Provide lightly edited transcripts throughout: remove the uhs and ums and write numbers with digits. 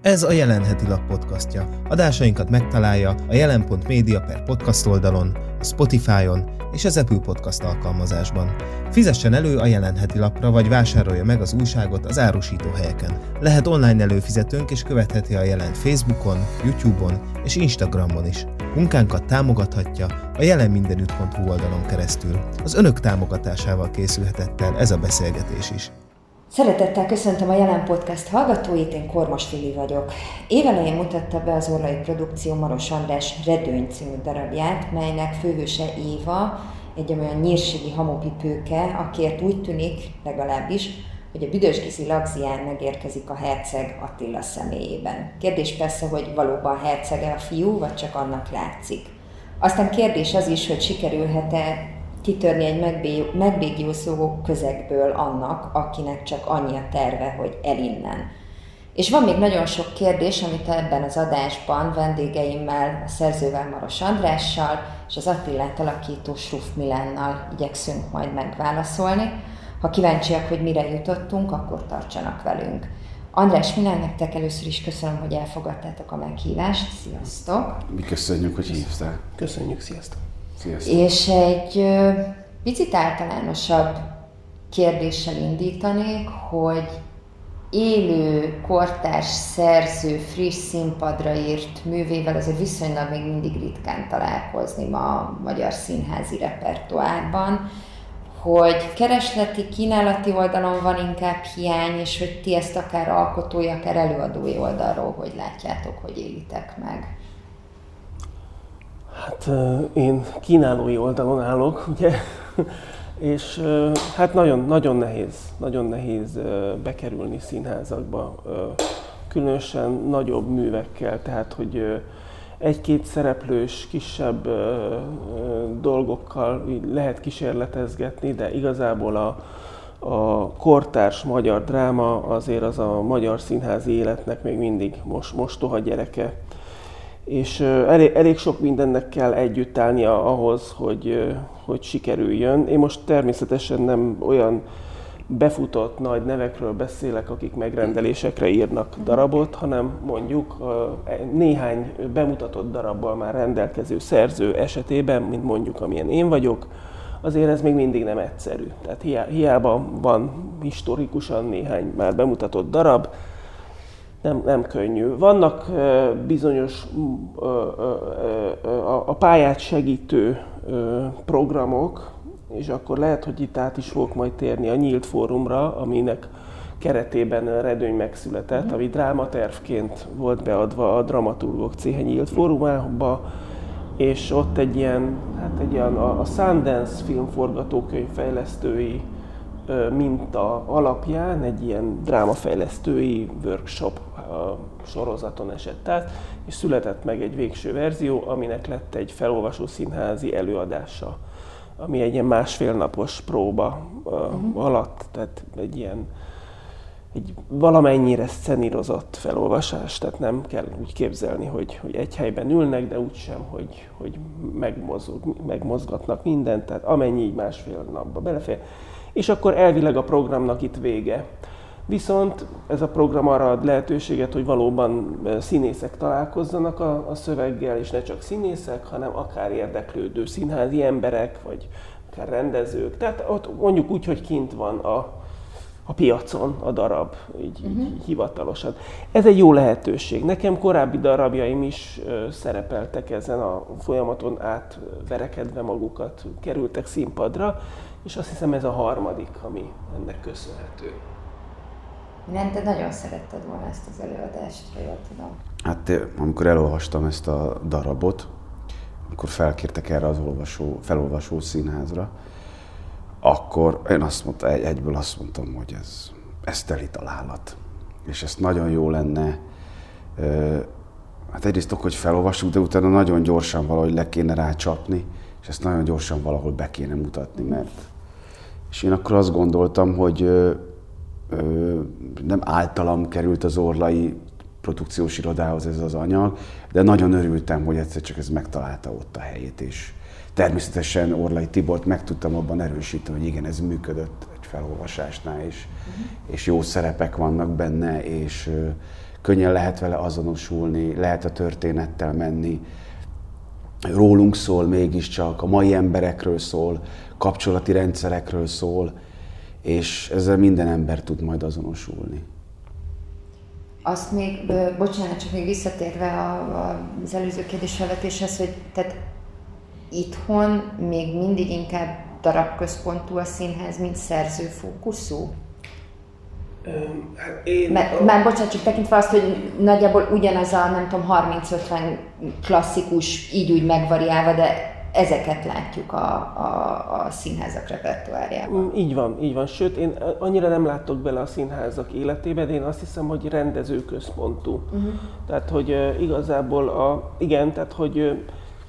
Ez a Jelen heti lap podcastja. Adásainkat megtalálja a jelen.media/podcast oldalon, a Spotify-on és az Apple Podcast alkalmazásban. Fizessen elő a Jelen heti lapra, vagy vásárolja meg az újságot az árusító helyeken. Lehet online előfizetőnk és követheti a Jelen Facebookon, YouTube-on és Instagramon is. Munkánkat támogathatja a jelenmindenütt.hu oldalon keresztül. Az önök támogatásával készülhetett el ez a beszélgetés is. Szeretettel köszöntöm a Jelen Podcast hallgatóit, én Kormos Lili vagyok. Évelején mutatta be az Orlai Produkció Maros András Redőny című darabját, melynek főhőse Éva, egy olyan nyírségi hamupipőke, akiért úgy tűnik, legalábbis, hogy a Büdös-Gizi Lagzián megérkezik a herceg Attila személyében. Kérdés persze, hogy valóban a hercege a fiú, vagy csak annak látszik. Aztán kérdés az is, hogy sikerülhet-e kitörni egy megbégyózó közegből annak, akinek csak annyi a terve, hogy el innen. És van még nagyon sok kérdés, amit ebben az adásban vendégeimmel, a szerzővel, Maros Andrással és az Attilát alakító Sruf Milánnal igyekszünk majd megválaszolni. Ha kíváncsiak, hogy mire jutottunk, akkor tartsanak velünk. András, Milán, nektek először is köszönöm, hogy elfogadtátok a meghívást. Sziasztok! Mi köszönjük, hogy hívtál. Köszönjük, sziasztok! Sziasztok. És egy picit általánosabb kérdéssel indítanék, hogy élő, kortárs szerző, friss színpadra írt művével azért viszonylag még mindig ritkán találkozni ma a magyar színházi repertoárban, hogy keresleti, kínálati oldalon van inkább hiány, és hogy ti ezt akár alkotói, akár előadói oldalról, hogy látjátok, hogy élitek meg. Hát én kínálói oldalon állok, ugye, és hát nagyon nehéz bekerülni színházakba, különösen nagyobb művekkel, tehát hogy egy-két szereplős, kisebb dolgokkal lehet kísérletezgetni, de igazából a kortárs magyar dráma azért az a magyar színházi életnek még mindig mostoha gyereke. És elég sok mindennek kell együtt állnia ahhoz, hogy sikerüljön. Én most természetesen nem olyan befutott nagy nevekről beszélek, akik megrendelésekre írnak darabot, hanem mondjuk néhány bemutatott darabbal már rendelkező szerző esetében, mint mondjuk amilyen én vagyok, azért ez még mindig nem egyszerű. Tehát hiába van historikusan néhány már bemutatott darab, nem könnyű. Vannak bizonyos a pályát segítő programok, és akkor lehet, hogy itt át is fogok majd térni a Nyílt Fórumra, aminek keretében Redőny megszületett, ami drámatervként volt beadva a Dramaturgok Céhe Nyílt Fórumába, és ott egy ilyen a Sundance filmforgatókönyv fejlesztői minta alapján egy ilyen drámafejlesztői workshop sorozaton esett át, és született meg egy végső verzió, aminek lett egy felolvasó színházi előadása, ami egy ilyen másfél napos próba alatt, tehát egy valamennyire szcenírozott felolvasás, tehát nem kell úgy képzelni, hogy egy helyben ülnek, de úgysem, hogy megmozgatnak mindent, tehát amennyi így másfél napba belefér. És akkor elvileg a programnak itt vége. Viszont ez a program arra ad lehetőséget, hogy valóban színészek találkozzanak a szöveggel, és ne csak színészek, hanem akár érdeklődő színházi emberek, vagy akár rendezők. Tehát ott mondjuk úgy, hogy kint van a piacon a darab, így hivatalosan. Ez egy jó lehetőség. Nekem korábbi darabjaim is szerepeltek ezen a folyamaton átverekedve magukat, kerültek színpadra, és azt hiszem ez a harmadik, ami ennek köszönhető. Nem, te nagyon szeretted volna ezt az előadást, ha jól tudom. Hát amikor elolvastam ezt a darabot, amikor felkértek erre az felolvasó színházra, akkor én egyből azt mondtam, hogy ez teli találat. És ezt nagyon jó lenne, hát egyrészt hogy felolvassuk, de utána nagyon gyorsan valahogy le kéne rácsapni, és ezt nagyon gyorsan valahol be kéne mutatni, mert... És én akkor azt gondoltam, hogy nem általam került az Orlai Produkciós Irodához ez az anyag, de nagyon örültem, hogy egyszer csak ez megtalálta ott a helyét, és természetesen Orlai Tibort meg tudtam abban erősíteni, hogy igen, ez működött egy felolvasásnál, és jó szerepek vannak benne, és könnyen lehet vele azonosulni, lehet a történettel menni. Rólunk szól mégiscsak, a mai emberekről szól, kapcsolati rendszerekről szól, és ezzel minden ember tud majd azonosulni. Azt még, bocsánat, csak még visszatérve az előző kérdésfelvetéshez, hogy tehát itthon még mindig inkább darabközpontú a színház, mint szerzőfókuszú? Már bocsánat, csak tekintve azt, hogy nagyjából ugyanaz a, nem tudom, 30-50 klasszikus, így úgy megvariálva, de ezeket látjuk a színházak repertoárjában. Így van. Sőt, én annyira nem látok bele a színházak életébe, de én azt hiszem, hogy rendezőközpontú. Tehát, hogy igazából tehát, hogy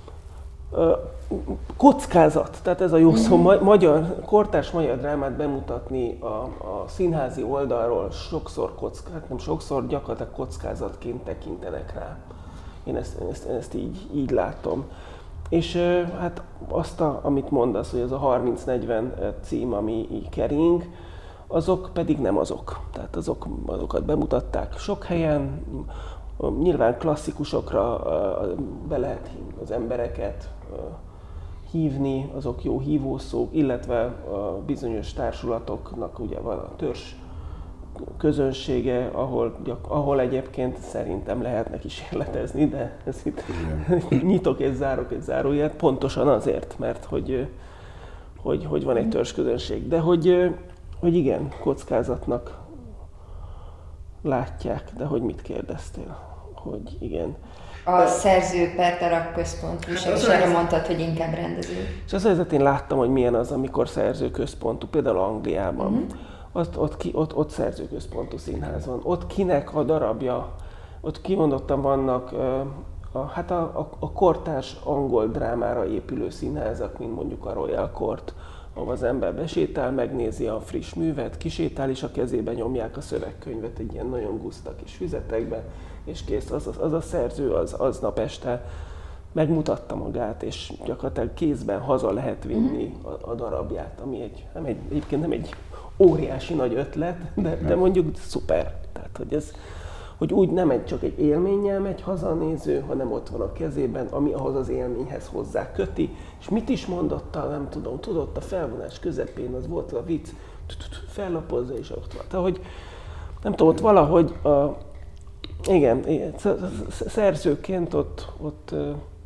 kockázat, tehát ez a jó szó, kortárs magyar drámát bemutatni a színházi oldalról sokszor gyakorlatilag kockázatként tekintenek rá. Én ezt így látom. És hát amit mondasz, hogy az a 30-40 cím, ami így kering, azok pedig nem azok. Tehát azokat bemutatták sok helyen, nyilván klasszikusokra be lehet az embereket hívni, azok jó hívószók, illetve a bizonyos társulatoknak ugye van a törzs közönsége, ahol egyébként szerintem lehetne kísérletezni, de ez itt nyitok és zárok egy zárójelet, pontosan azért, mert hogy van egy törzsközönség. De hogy igen, kockázatnak látják, de hogy mit kérdeztél? Hogy igen. A szerző per darabközpontú, és erre mondtad, hogy inkább rendező. És az helyzet, én láttam, hogy milyen az, amikor szerzőközpontú, például Angliában. Ott szerzőközpontú színház van. Ott kinek a darabja, ott kimondottan vannak a kortárs angol drámára épülő színházak, mint mondjuk a Royal Court, ahol az ember besétál, megnézi a friss művet, kisétál, és a kezébe nyomják a szövegkönyvet egy ilyen nagyon guszta kis füzetekbe, és kész, az a szerző aznap este megmutatta magát, és gyakorlatilag kézben haza lehet vinni a darabját, ami egyébként nem egy óriási nagy ötlet, de mondjuk szuper. Tehát, hogy úgy nem csak egy élménnyel megy haza a néző, hanem ott van a kezében, ami ahhoz az élményhez hozzá köti, és mit is mondotta, nem tudom, tudott a felvonás közepén, az volt a vicc, fellapozza, és ott van. Tehát, hogy nem tudom, ott valahogy, igen, szerzőként ott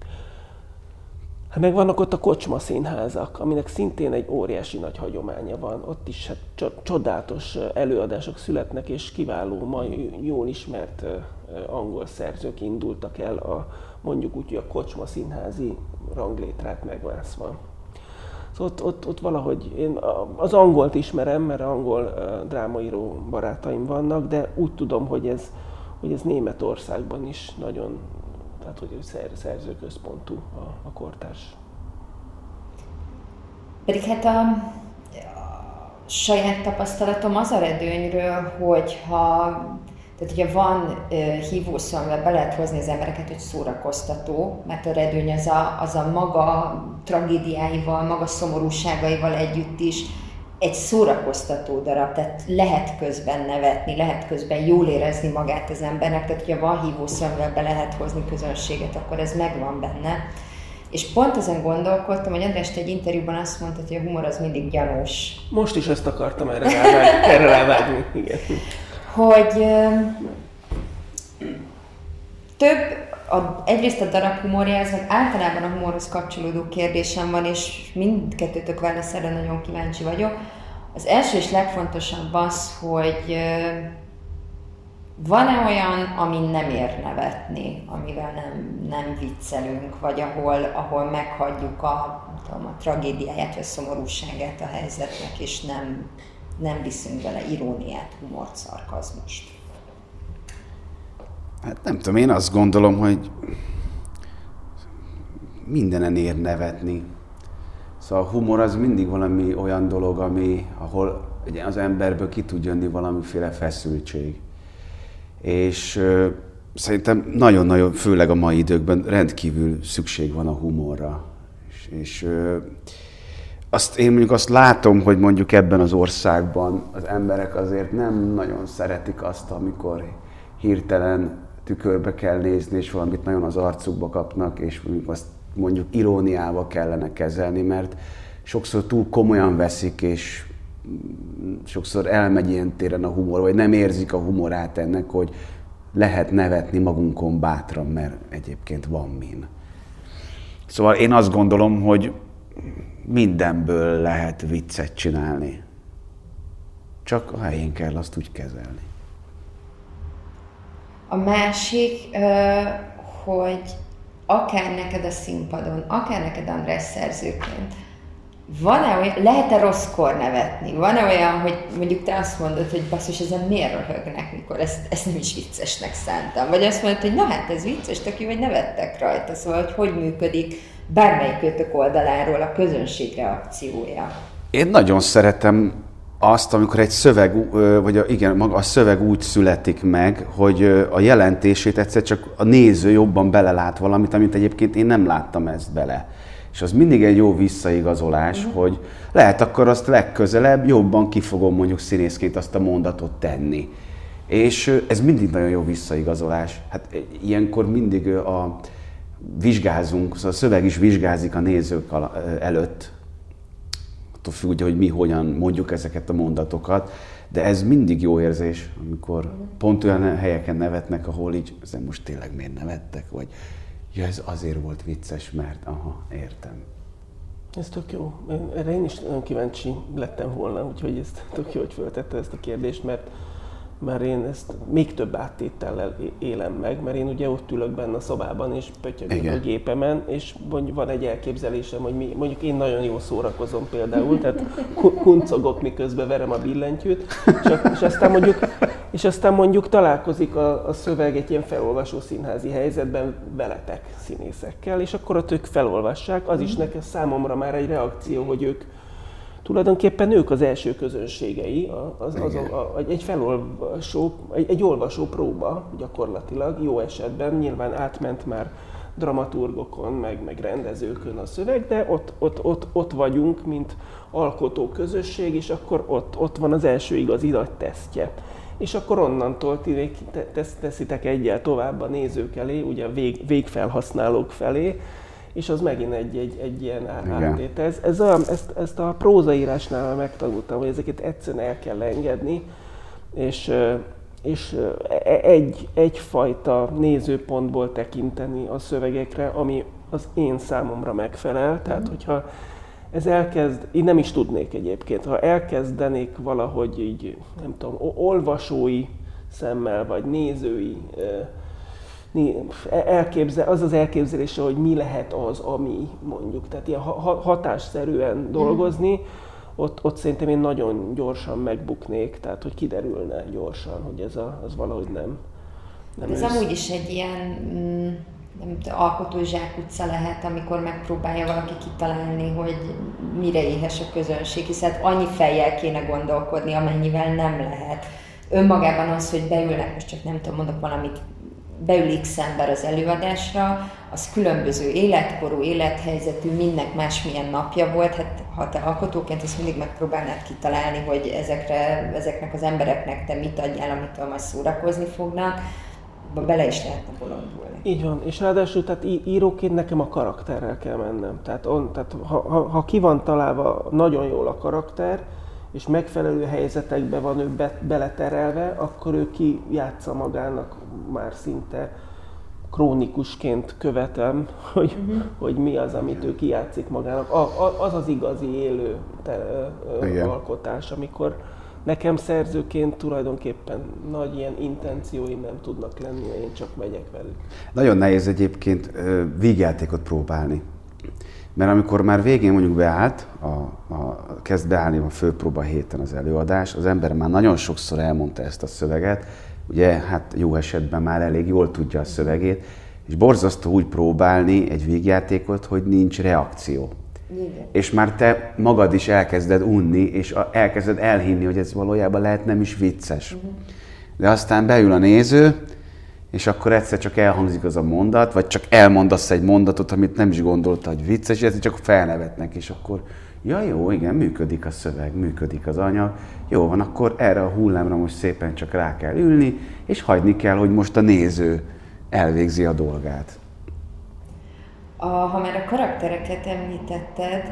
meg vannak ott a kocsma színházak, aminek szintén egy óriási nagy hagyománya van. Ott is csodálatos előadások születnek, és kiváló, jól ismert angol szerzők indultak el mondjuk úgy, hogy a kocsma színházi ranglétrát megmászva. Szóval ott valahogy én az angolt ismerem, mert angol drámaíró barátaim vannak, de úgy tudom, hogy ez Németországban is nagyon, tehát hogy szerzőközpontú a kortárs. Pedig hát a saját tapasztalatom az a redőnyről, hogyha van hívószó, amivel be lehet hozni az embereket, hogy szórakoztató, mert a redőny az a maga tragédiáival, maga szomorúságaival együtt is egy szórakoztató darab, tehát lehet közben nevetni, lehet közben jól érezni magát az embernek, tehát hogyha van hívószó, amivel be lehet hozni közönséget, akkor ez megvan benne. És pont ezen gondolkodtam, hogy András, te egy interjúban azt mondtad, hogy a humor az mindig gyanús. Most is ezt akartam erre rávágni, igen. Hogy egyrészt a darab humorjához, meg általában a humorhoz kapcsolódó kérdésem van, és mindkettőtök válaszára nagyon kíváncsi vagyok. Az első és legfontosabb az, hogy van-e olyan, amin nem ér nevetni, amivel nem viccelünk, vagy ahol meghagyjuk a tragédiáját, vagy a szomorúságát a helyzetnek, és nem viszünk vele iróniát, humort, szarkazmust? Hát nem tudom, én azt gondolom, hogy mindenen ér nevetni. Szóval a humor az mindig valami olyan dolog, ahol az emberből ki tud jönni valamiféle feszültség. És szerintem nagyon-nagyon, főleg a mai időkben rendkívül szükség van a humorra. És én mondjuk azt látom, hogy mondjuk ebben az országban az emberek azért nem nagyon szeretik azt, amikor hirtelen tükörbe kell nézni, és valamit nagyon az arcukba kapnak, és azt mondjuk iróniával kellene kezelni, mert sokszor túl komolyan veszik, és sokszor elmegy ilyen téren a humor, vagy nem érzik a humorát ennek, hogy lehet nevetni magunkon bátran, mert egyébként van min. Szóval én azt gondolom, hogy mindenből lehet viccet csinálni. Csak a helyén kell azt úgy kezelni. A másik, hogy akár neked a színpadon, akár neked András szerzőként, lehet-e rosszkor nevetni? Van-e olyan, hogy mondjuk te azt mondod, hogy basszus, ezen miért röhögnek, mikor ezt nem is viccesnek szántam? Vagy azt mondod, hogy na hát ez vicces, tök jó, hogy nevettek rajta. Szóval, hogy működik bármelyikőtök oldaláról a közönség reakciója? Én nagyon szeretem azt, amikor egy szöveg, maga a szöveg úgy születik meg, hogy a jelentését egyszer csak a néző jobban belelát valamit, amit egyébként én nem láttam ezt bele. És az mindig egy jó visszaigazolás, hogy lehet akkor azt legközelebb jobban ki fogom mondjuk színészként azt a mondatot tenni. És ez mindig nagyon jó visszaigazolás. Hát ilyenkor mindig vizsgázunk, szóval a szöveg is vizsgázik a nézők előtt. Attól függ, hogy mi hogyan mondjuk ezeket a mondatokat, de ez mindig jó érzés, amikor pont olyan helyeken nevetnek, ahol így, most tényleg miért nevettek, vagy ja, ez azért volt vicces, mert értem. Ez tök jó. Erre én is nagyon kíváncsi lettem volna, úgyhogy ez tök jó, hogy föltette ezt a kérdést, mert én ezt még több áttétellel élem meg, mert én ugye ott ülök benne a szobában, és pöttyögök a gépemen, és van egy elképzelésem, hogy mondjuk én nagyon jól szórakozom például, tehát kuncogok, miközben verem a billentyűt, és aztán mondjuk találkozik a szöveg egy ilyen felolvasó színházi helyzetben veletek színészekkel, és akkor ott ők felolvassák, az is nekem számomra már egy reakció, hogy ők tulajdonképpen ők az első közönségei, egy olvasó próba gyakorlatilag, jó esetben, nyilván átment már dramaturgokon, meg rendezőkön a szöveg, de ott vagyunk, mint alkotó közösség, és akkor ott van az első igazi nagy tesztje. És akkor onnantól ti teszitek egyel tovább a nézők elé, ugye a végfelhasználók felé, és az megint egy ilyen áttétel. Ezt a prózaírásnál megtanultam, hogy ezeket egyszerűen el kell engedni, és egyfajta nézőpontból tekinteni a szövegekre, ami az én számomra megfelel. Tehát, hogyha ez én nem is tudnék egyébként, ha elkezdenék valahogy így, nem tudom, olvasói szemmel, vagy nézői, az az elképzelése, hogy mi lehet az, ami mondjuk, tehát ilyen hatásszerűen dolgozni, ott szerintem én nagyon gyorsan megbuknék, tehát hogy kiderülne gyorsan, hogy az valahogy nem ez amúgy is egy ilyen alkotó zsákutca lehet, amikor megpróbálja valaki kitalálni, hogy mire éhes a közönség, hiszen annyi fejjel kéne gondolkodni, amennyivel nem lehet. Önmagában az, hogy beülnek, most csak nem tudom, mondok valamit, beül X ember az előadásra, az különböző életkorú, élethelyzetű, mindnek másmilyen napja volt, hát ha te alkotóként ezt mindig megpróbálnád kitalálni, hogy ezeknek az embereknek te mit adjál, amitől majd szórakozni fognak, bele is lehetne bolondulni. Így van, és ráadásul tehát íróként nekem a karakterrel kell mennem. Tehát ha ki van találva nagyon jól a karakter, és megfelelő helyzetekben van ő beleterelve, akkor ő kijátsza magának, már szinte krónikusként követem, hogy mi az, amit ő kijátszik magának. Az az igazi élő alkotás, amikor nekem szerzőként tulajdonképpen nagy ilyen intencióim nem tudnak lenni, én csak megyek velük. Nagyon nehéz egyébként vígjátékot próbálni. Mert amikor már végén mondjuk beállt, kezd beállni a főpróba héten az előadás, az ember már nagyon sokszor elmondta ezt a szöveget, ugye hát jó esetben már elég jól tudja a szövegét, és borzasztó úgy próbálni egy vígjátékot, hogy nincs reakció. Igen. És már te magad is elkezded unni, és elkezded elhinni, hogy ez valójában lehet nem is vicces. De aztán beül a néző, és akkor egyszer csak elhangzik az a mondat, vagy csak elmondasz egy mondatot, amit nem is gondolta, hogy vicces, és egyszer csak felnevetnek, és akkor ja jó, igen, működik a szöveg, működik az anyag, jó van, akkor erre a hullámra most szépen csak rá kell ülni, és hagyni kell, hogy most a néző elvégzi a dolgát. Ha már a karaktereket említetted,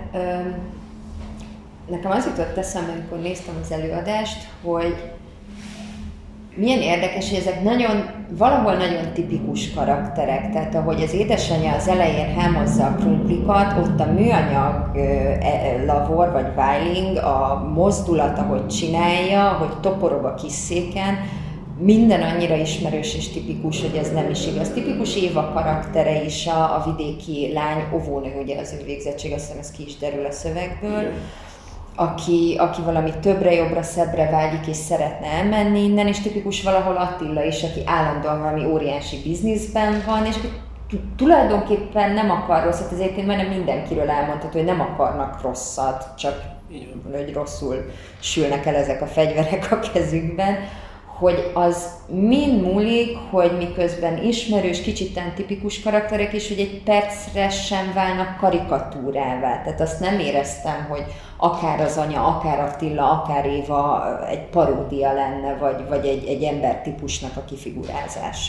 nekem az jutott eszembe, amikor néztem az előadást, hogy milyen érdekes, hogy ezek valahol nagyon tipikus karakterek. Tehát ahogy az édesanyja az elején hámozza a krumplikat, ott a műanyag lavor vagy vájling, a mozdulat, ahogy csinálja, hogy toporog a kis széken, minden annyira ismerős és tipikus, hogy ez nem is igaz. Tipikus Éva karaktere is a vidéki lány, óvónő, ugye az ő végzettség, azt hiszem ez ki is derül a szövegből. Aki valami többre, jobbra, szebbre vágyik és szeretne elmenni innen, és tipikus valahol Attila is, aki állandóan valami óriási bizniszben van, és aki tulajdonképpen nem akar rosszat, ez egyébként majdnem mindenkiről elmondható, hogy nem akarnak rosszat, csak hogy rosszul sülnek el ezek a fegyverek a kezükben, hogy az mind múlik, hogy miközben ismerős, kicsit tipikus karakterek is, hogy egy percre sem válnak karikatúrává. Tehát azt nem éreztem, hogy akár az anya, akár Attila, akár Éva egy paródia lenne, vagy egy embertípusnak a kifigurázása.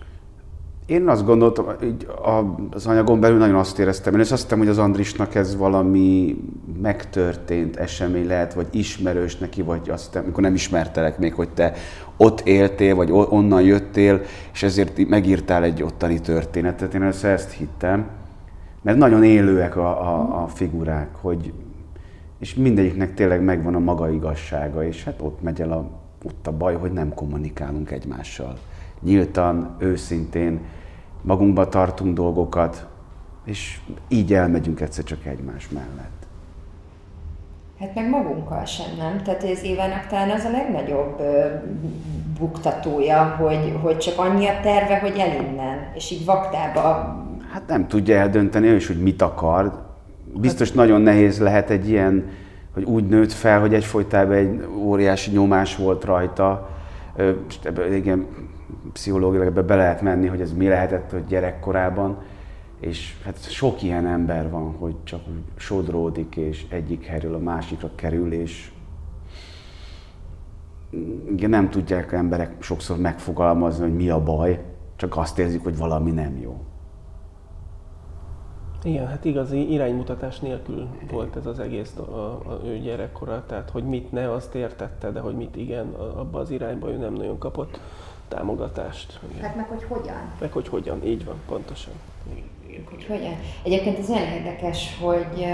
Én azt gondoltam, hogy az anyagon belül nagyon azt éreztem, én azt hittem, hogy az Andrisnak ez valami megtörtént esemény lehet, vagy ismerős neki, vagy azt, amikor nem ismertelek még, hogy te ott éltél, vagy onnan jöttél, és ezért megírtál egy ottani történetet. Én ezt hittem, mert nagyon élőek a figurák, és mindegyiknek tényleg megvan a maga igazsága, és hát ott megy el ott a baj, hogy nem kommunikálunk egymással. Nyíltan, őszintén, magunkba tartunk dolgokat, és így elmegyünk egyszer csak egymás mellett. Hát meg magunkkal sem, nem? Tehát ez Évának talán az a legnagyobb buktatója, hogy csak annyi a terve, hogy el innen, és így vaktába. Hát nem tudja eldönteni ő is, hogy mit akar. Biztos nagyon nehéz lehet egy ilyen, hogy úgy nőtt fel, hogy egyfolytában egy óriási nyomás volt rajta. Igen, pszichológiailag ebbe be lehet menni, hogy ez mi lehetett, hogy gyerekkorában. És hát sok ilyen ember van, hogy csak sodródik, és egyik helyről a másikra kerül, és igen, nem tudják emberek sokszor megfogalmazni, hogy mi a baj, csak azt érzik, hogy valami nem jó. Igen, hát igazi iránymutatás nélkül volt ez az egész a ő gyerekkora, tehát hogy mit ne, azt értette, de hogy mit igen, abba az irányba ő nem nagyon kapott támogatást. Igen. Hát meg hogy hogyan. Meg hogy hogyan, így van, pontosan. Igen. Hogy hogyan. Egyébként ez olyan érdekes, hogy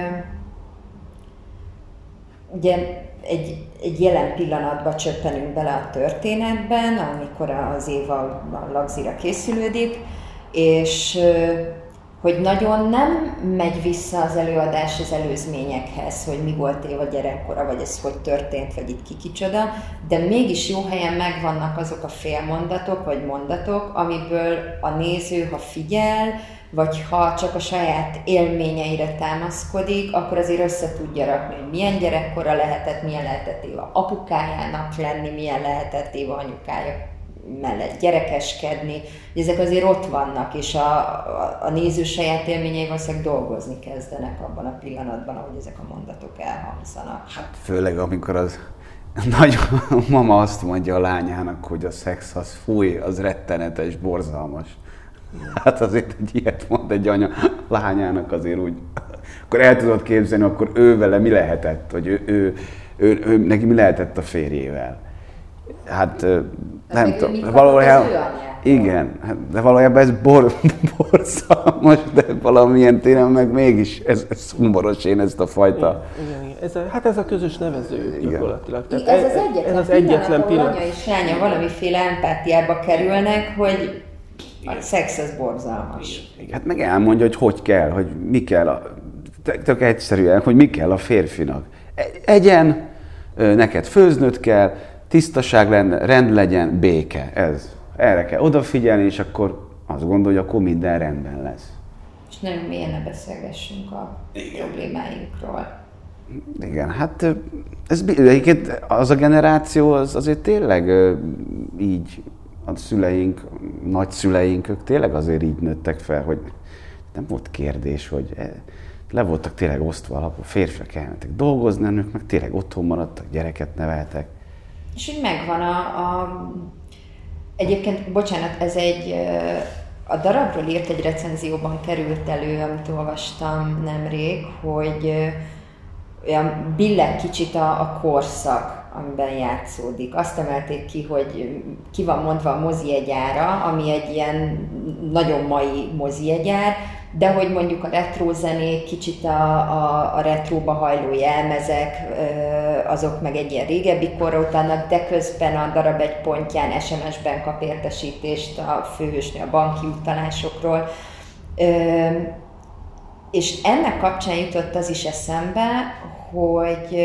ugye egy jelen pillanatban csöppenünk bele a történetben, amikor az Éva a lagzira készülődik, és hogy nagyon nem megy vissza az előadás az előzményekhez, hogy mi volt Éva gyerekkora, vagy ez hogy történt, vagy itt kicsoda, de mégis jó helyen megvannak azok a félmondatok, vagy mondatok, amiből a néző, ha figyel, vagy ha csak a saját élményeire támaszkodik, akkor azért össze tudja rakni, hogy milyen gyerekkora lehetett, milyen lehetett Éva apukájának lenni, milyen lehetett Éva anyukája mellett gyerekeskedni. Ezek azért ott vannak, és a néző saját élményei valószínűleg dolgozni kezdenek abban a pillanatban, ahogy ezek a mondatok elhangzanak. Hát főleg, amikor az nagy mama azt mondja a lányának, hogy a szex az fúj, az rettenetes, borzalmas. Hát azért egy ilyet mond egy anya lányának azért úgy, akkor el tudod képzelni, akkor ő vele mi lehetett, hogy neki mi lehetett a férjével. Hát nem tudom, valójában, igen, de valójában ez borzalmas, de valamilyen téren meg mégis ez szomoros, én ezt a fajta... Igen. Ez a közös nevező gyakorlatilag. Tehát ez az egyetlen pillanat, ahol anya és lánya valamiféle empátiába kerülnek, hogy a szex az borzalmas. Hát meg elmondja, hogy kell, hogy mi kell, tök egyszerűen, hogy mi kell a férfinak. Egyen, neked főznöd kell, tisztaság lenne, rend legyen, béke. Ez. Erre kell odafigyelni, és akkor azt gondolj, hogy akkor minden rendben lesz. És nagyon mélyen ne beszélgessünk a problémáinkról. Igen, hát ez, az a generáció az azért tényleg így a szüleink, nagyszüleink, ők tényleg azért így nőttek fel, hogy nem volt kérdés, hogy le voltak tényleg osztva alapok, férfiak elmentek dolgozni, a nők meg tényleg otthon maradtak, gyereket neveltek. És úgy megvan egyébként, bocsánat, ez a darabról írt egy recenzióban került elő, amit olvastam nemrég, hogy olyan billeg kicsit a korszak, amiben játszódik. Azt emelték ki, hogy ki van mondva a mozijegyára, ami egy ilyen nagyon mai mozijegyár, de hogy mondjuk a retro zenék, kicsit a retróba hajló jelmezek, azok meg egy ilyen régebbi korra utána, de közben a darab egy pontján SMS-ben kap értesítést a főhősnő a banki utalásokról. És ennek kapcsán jutott az is eszembe, hogy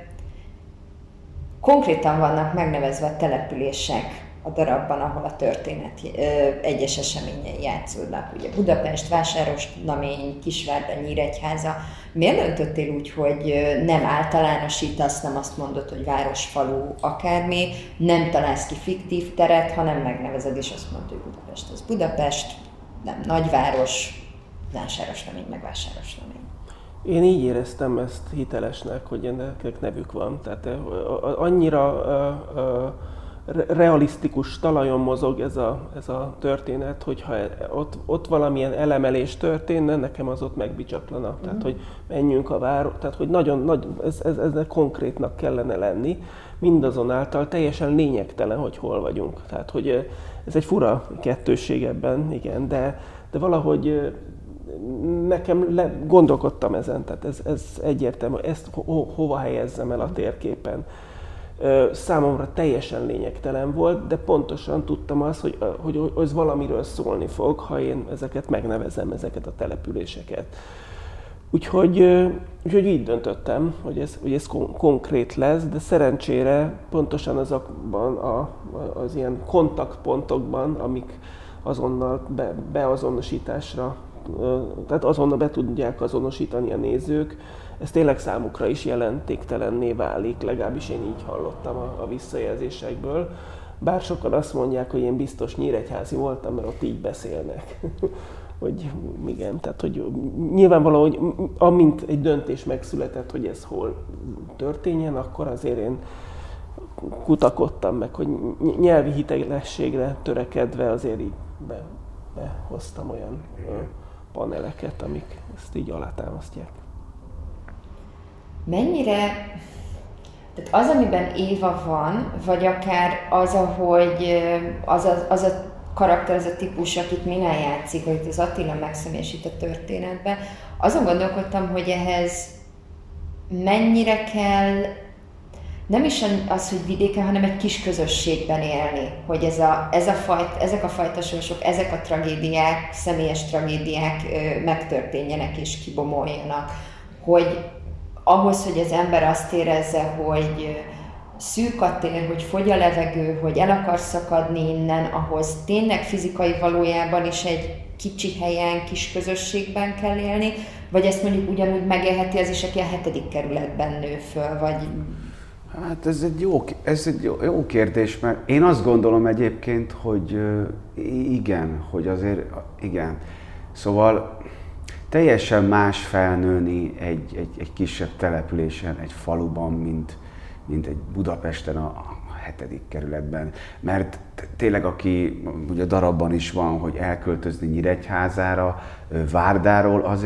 konkrétan vannak megnevezve a települések a darabban, ahol a történet egyes eseményei játszódnak. Ugye Budapest, Vásárosnamény, Kisvárda, Nyíregyháza. Miért döntöttél úgy, hogy nem általánosítasz, nem azt mondod, hogy város, falu, akármi, nem találsz ki fiktív teret, hanem megnevezed, és azt mondod, hogy Budapest az Budapest, nem nagyváros, Vásárosnamény, meg Vásárosnamény. Én így éreztem ezt hitelesnek, hogy ennek nevük van. Tehát annyira realisztikus talajon mozog ez a történet, hogyha ott valamilyen elemelés történne, nekem az ott megbicsaklana. Tehát, hogy menjünk a város, tehát, hogy eznek konkrétnak kellene lenni, mindazonáltal teljesen lényegtelen, hogy hol vagyunk. Tehát, hogy ez egy fura kettősség ebben, igen, de valahogy nekem gondolkodtam ezen, tehát ez egyértelmű, ezt hova helyezzem el a térképen. Számomra teljesen lényegtelen volt, de pontosan tudtam azt, hogy ez valamiről szólni fog, ha én ezeket megnevezem, ezeket a településeket. Úgyhogy így döntöttem, hogy ez konkrét lesz, de szerencsére pontosan azokban az ilyen kontaktpontokban, amik azonnal beazonosításra, tehát azonnal be tudják azonosítani a nézők, ez tényleg számukra is jelentéktelenné válik, legalábbis én így hallottam a visszajelzésekből. Bár sokan azt mondják, hogy én biztos nyíregyházi voltam, mert ott így beszélnek. Hogy igen, tehát hogy nyilvánvaló, hogy amint egy döntés megszületett, hogy ez hol történjen, akkor azért én kutakodtam meg, hogy nyelvi hitelességre törekedve azért így behoztam olyan paneleket, amik ezt így alátámasztják. Mennyire, tehát az, amiben Éva van, vagy akár az, ahogy az a karakter, az a típus, akit Miná játszik, vagy az Attila megszemélyesít a történetbe, azon gondolkodtam, hogy ehhez mennyire kell, nem is az, hogy vidéken, hanem egy kis közösségben élni, hogy ezek a fajta sorsok, ezek a tragédiák, személyes tragédiák megtörténjenek és kibomoljanak, hogy ahhoz, hogy az ember azt érezze, hogy szűk a tér, hogy fogy a levegő, hogy el akar szakadni innen, ahhoz tényleg fizikai valójában is egy kicsi helyen, kis közösségben kell élni, vagy ezt mondjuk ugyanúgy megélheti az is, aki a 7. kerületben nő föl, vagy... Hát ez egy jó kérdés, mert én azt gondolom egyébként, hogy igen, hogy azért igen. Szóval teljesen más felnőni egy kisebb településen, egy faluban, mint egy Budapesten a 7. kerületben. Mert tényleg, aki ugye a darabban is van, hogy elköltözni Nyíregyházára, Várdáról, az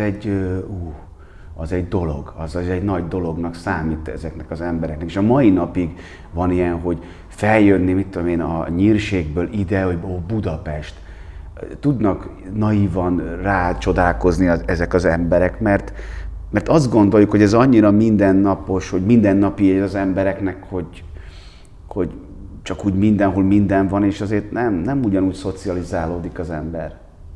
egy dolog, az egy nagy dolognak számít ezeknek az embereknek. És a mai napig van ilyen, hogy feljönni, mit tudom én, a Nyírségből ide, hogy Budapest. Tudnak naívan rácsodálkozni ezek az emberek, mert azt gondoljuk, hogy ez annyira mindennapos, hogy mindennapi az embereknek, hogy csak úgy mindenhol minden van, és azért nem ugyanúgy szocializálódik az ember.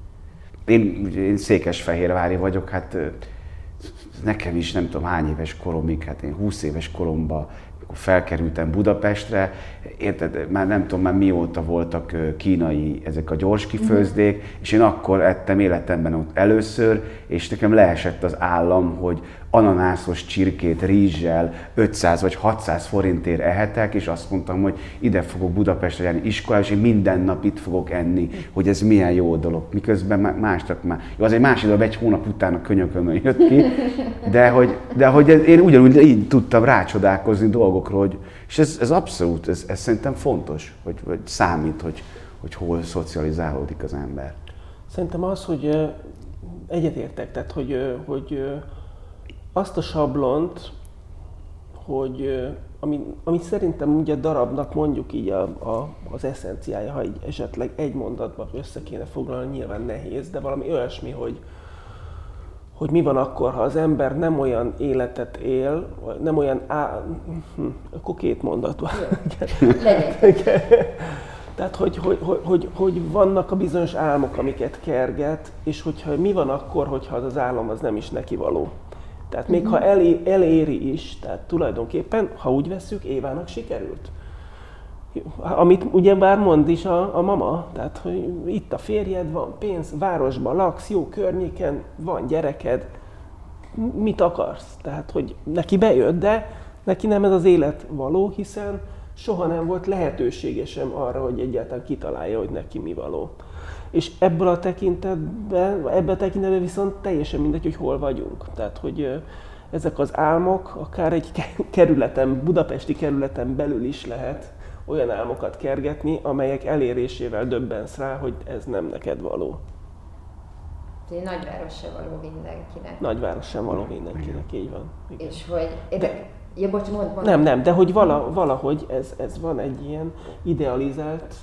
Én székesfehérvári vagyok, hát nekem is nem tudom hány éves koromig, hát én 20 éves koromban akkor felkerültem Budapestre, érted, már nem tudom, már mióta voltak kínai ezek a gyors kifőzdék, és én akkor ettem életemben ott először, és nekem leesett az állam, hogy ananászos csirkét rizssel 500 vagy 600 forintért ehetek, és azt mondtam, hogy ide fogok Budapestre járni iskolába, és én minden nap itt fogok enni, hogy ez milyen jó dolog. Miközben másnak már, jó, az egy másik dolog, egy hónap után a könyökömön jött ki, de hogy én ugyanúgy így tudtam rácsodálkozni dolgokról, hogy, és ez abszolút, ez szerintem fontos, hogy számít, hogy hol szocializálódik az ember. Szerintem az, hogy egyetértek, tehát hogy azt a sablont, hogy ami szerintem ugye a darabnak mondjuk így az eszenciája, ha így esetleg egy mondatban össze kéne foglalni, nyilván nehéz, de valami olyasmi, hogy mi van akkor, ha az ember nem olyan életet él, vagy nem olyan akkor két mondatban. Tehát, hogy vannak a bizonyos álmok, amiket kerget, és hogyha mi van akkor, hogyha az álom az nem is neki való. Tehát még ha eléri is, tehát tulajdonképpen, ha úgy vesszük, Évának sikerült. Amit ugyebár mond is a mama, tehát hogy itt a férjed, van pénz, városban laksz, jó környéken, van gyereked, mit akarsz? Tehát, hogy neki bejött, de neki nem ez az élet való, hiszen soha nem volt lehetősége sem arra, hogy egyáltalán kitalálja, hogy neki mi való. És ebben a tekintetben viszont teljesen mindegy, hogy hol vagyunk. Tehát, hogy ezek az álmok akár egy kerületen, budapesti kerületen belül is lehet olyan álmokat kergetni, amelyek elérésével döbbensz rá, hogy ez nem neked való. Egy nagyváros sem való mindenkinek. Nagyváros sem való mindenkinek, így van. Igen. És hogy... Ja, bocs, mondd. Nem, de hogy valahogy ez van egy ilyen idealizált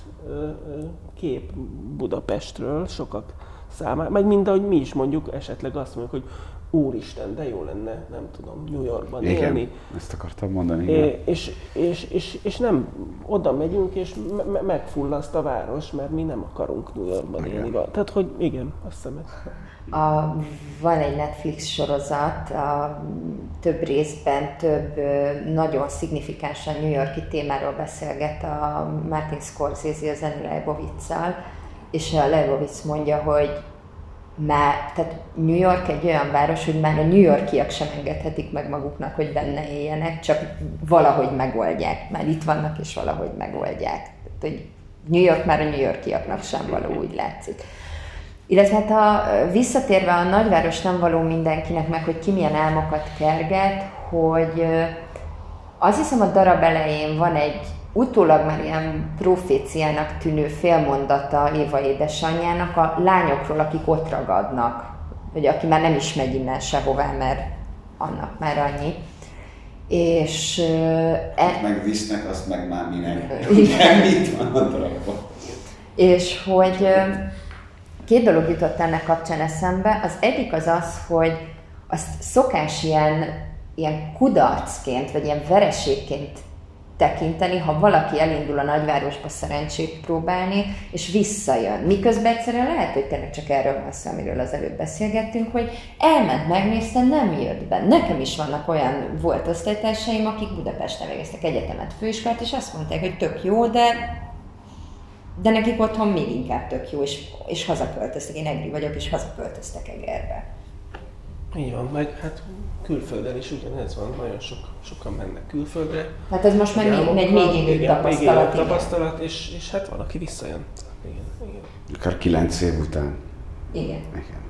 kép Budapestről sokak számára, meg mind ahogy mi is mondjuk, esetleg azt mondjuk, hogy úristen, de jó lenne, nem tudom, New Yorkban élni. Igen, ezt akartam mondani. Igen. És nem, oda megyünk, és megfullaszt a város, mert mi nem akarunk New Yorkban élni. Tehát, hogy igen, azt hiszem ez. Van egy Netflix sorozat, több részben, több nagyon szignifikánsan New York-i témáról beszélget a Martin Scorsese, az Annie Leibovitz-szal, és a Leibovitz mondja, hogy tehát New York egy olyan város, hogy már a New Yorkiak sem engedhetik meg maguknak, hogy benne éljenek, csak valahogy megoldják. Már itt vannak, és valahogy megoldják. Tehát, hogy New York már a New Yorkiaknak sem való, úgy látszik. Illetve hát visszatérve a nagyváros nem való mindenkinek, meg hogy ki milyen álmokat kerget, hogy azt hiszem a darab elején van egy utólag már ilyen proféciának tűnő félmondata Éva édesanyjának a lányokról, akik ott ragadnak, vagy aki már nem is megy innen sehová, mert annak már annyi. És... megvisznek, azt meg már minek. Itt van a darabban. És hogy két dolog jutott ennek kapcsán eszembe. Az egyik az, hogy azt szokás ilyen kudarcként, vagy ilyen vereségként tekinteni, ha valaki elindul a nagyvárosba szerencsét próbálni, és visszajön. Miközben egyszerűen lehet, hogy tényleg csak erről van szó, amiről az előbb beszélgettünk, hogy elment, megnézte, nem jött be. Nekem is vannak olyan volt osztálytársaim, akik Budapesten végeztek egyetemet, főiskolát, és azt mondták, hogy tök jó, de nekik otthon még inkább tök jó, és hazaköltöztek. Én egri vagyok, és hazaköltöztek Egerbe. Így van, meg hát külföldön is ugyanez van, nagyon sokan mennek külföldre. Hát ez most már még élőbb tapasztalat. És hát van, aki visszajön. Igen. Akár 9 év után. Igen.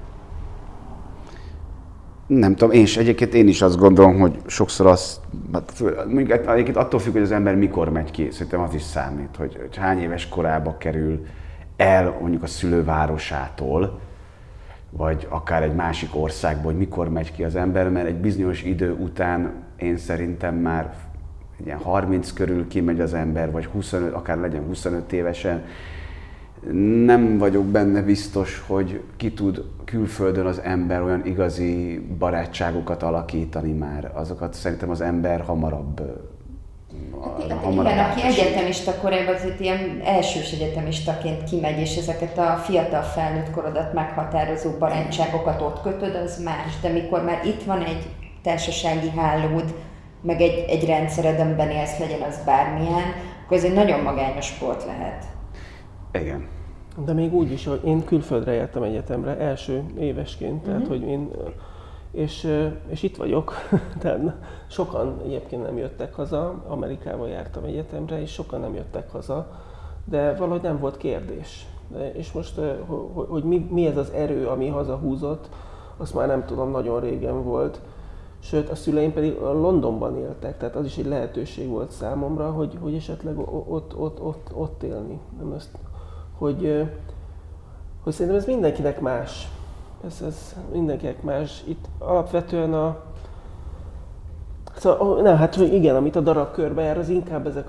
Nem tudom, egyébként én is azt gondolom, hogy sokszor az, egyébként attól függ, hogy az ember mikor megy ki, szerintem az is számít, hogy hány éves korába kerül el mondjuk a szülővárosától, vagy akár egy másik országból, hogy mikor megy ki az ember, mert egy bizonyos idő után én szerintem már ilyen 30 körül kimegy az ember, vagy 25, akár legyen 25 évesen. Nem vagyok benne biztos, hogy ki tud külföldön az ember olyan igazi barátságokat alakítani már. Azokat szerintem az ember hamarabb igen, aki egyetemista korában azért ilyen elsős egyetemistaként kimegy, és ezeket a fiatal felnőtt korodat meghatározó barátságokat ott kötöd, az más. De mikor már itt van egy társasági hálód, meg egy rendszered, amiben élsz, legyen az bármilyen, akkor ez egy nagyon magányos sport lehet. Igen. De még úgy is, hogy én külföldre jártam egyetemre, első évesként, tehát hogy én, és itt vagyok, tehát sokan egyébként nem jöttek haza, Amerikába jártam egyetemre, és sokan nem jöttek haza, de valahogy nem volt kérdés. És most, hogy mi ez az erő, ami hazahúzott, azt már nem tudom, nagyon régen volt. Sőt, a szüleim pedig Londonban éltek, tehát az is egy lehetőség volt számomra, hogy esetleg ott élni. Nem ezt, hogy szerintem ez mindenkinek más. Ez mindenkinek más. Itt alapvetően szóval, nem, hát hogy igen, amit a darab körbe jár, az inkább ezek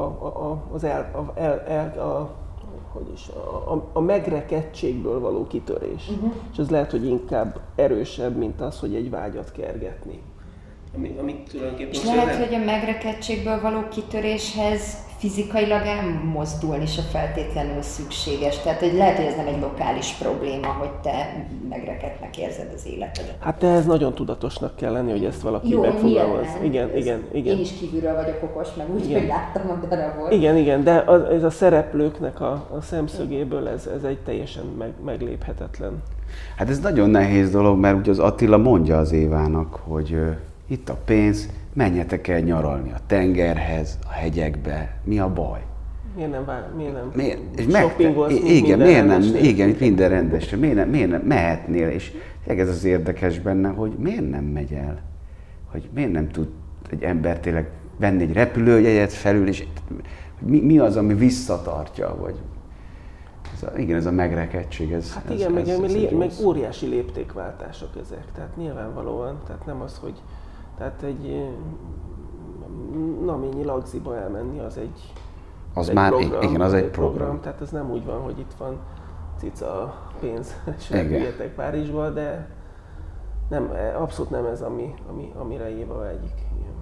a megrekedtségből való kitörés. És ez lehet, hogy inkább erősebb, mint az, hogy egy vágyat kergetni. Ami tulajdonképpen és lehet, hogy a megrekedtségből való kitöréshez fizikailag elmozdulni se feltétlenül szükséges. Tehát hogy lehet, hogy ez nem egy lokális probléma, hogy te megrekedtnek érzed az életedet. Hát de ez nagyon tudatosnak kell lenni, hogy ezt valaki megfogalmaz. Igen. Én is kívülről vagyok okos, meg úgy, hogy láttam a darabot. Igen, de ez a szereplőknek a szemszögéből ez egy teljesen megléphetetlen. Hát ez nagyon nehéz dolog, mert ugye az Attila mondja az Évának, hogy itt a pénz, menjetek el nyaralni a tengerhez, a hegyekbe, mi a baj? Miért nem shoppingolsz, igen, itt minden rendesen, miért nem mehetnél, és ez az érdekes benne, hogy miért nem megy el, hogy miért nem tud egy ember tényleg venni egy repülőjegyet felül, és mi az, ami visszatartja, vagy ez a megrekedtség, ez meg óriási léptékváltások ezek, tehát nyilvánvalóan, tehát nem az, hogy tehát egy naményi lagziba elmenni, az egy program. Tehát ez nem úgy van, hogy itt van cica, pénz, és eljöttek Párizsba, de nem, abszolút nem ez, amire Éva vágyik.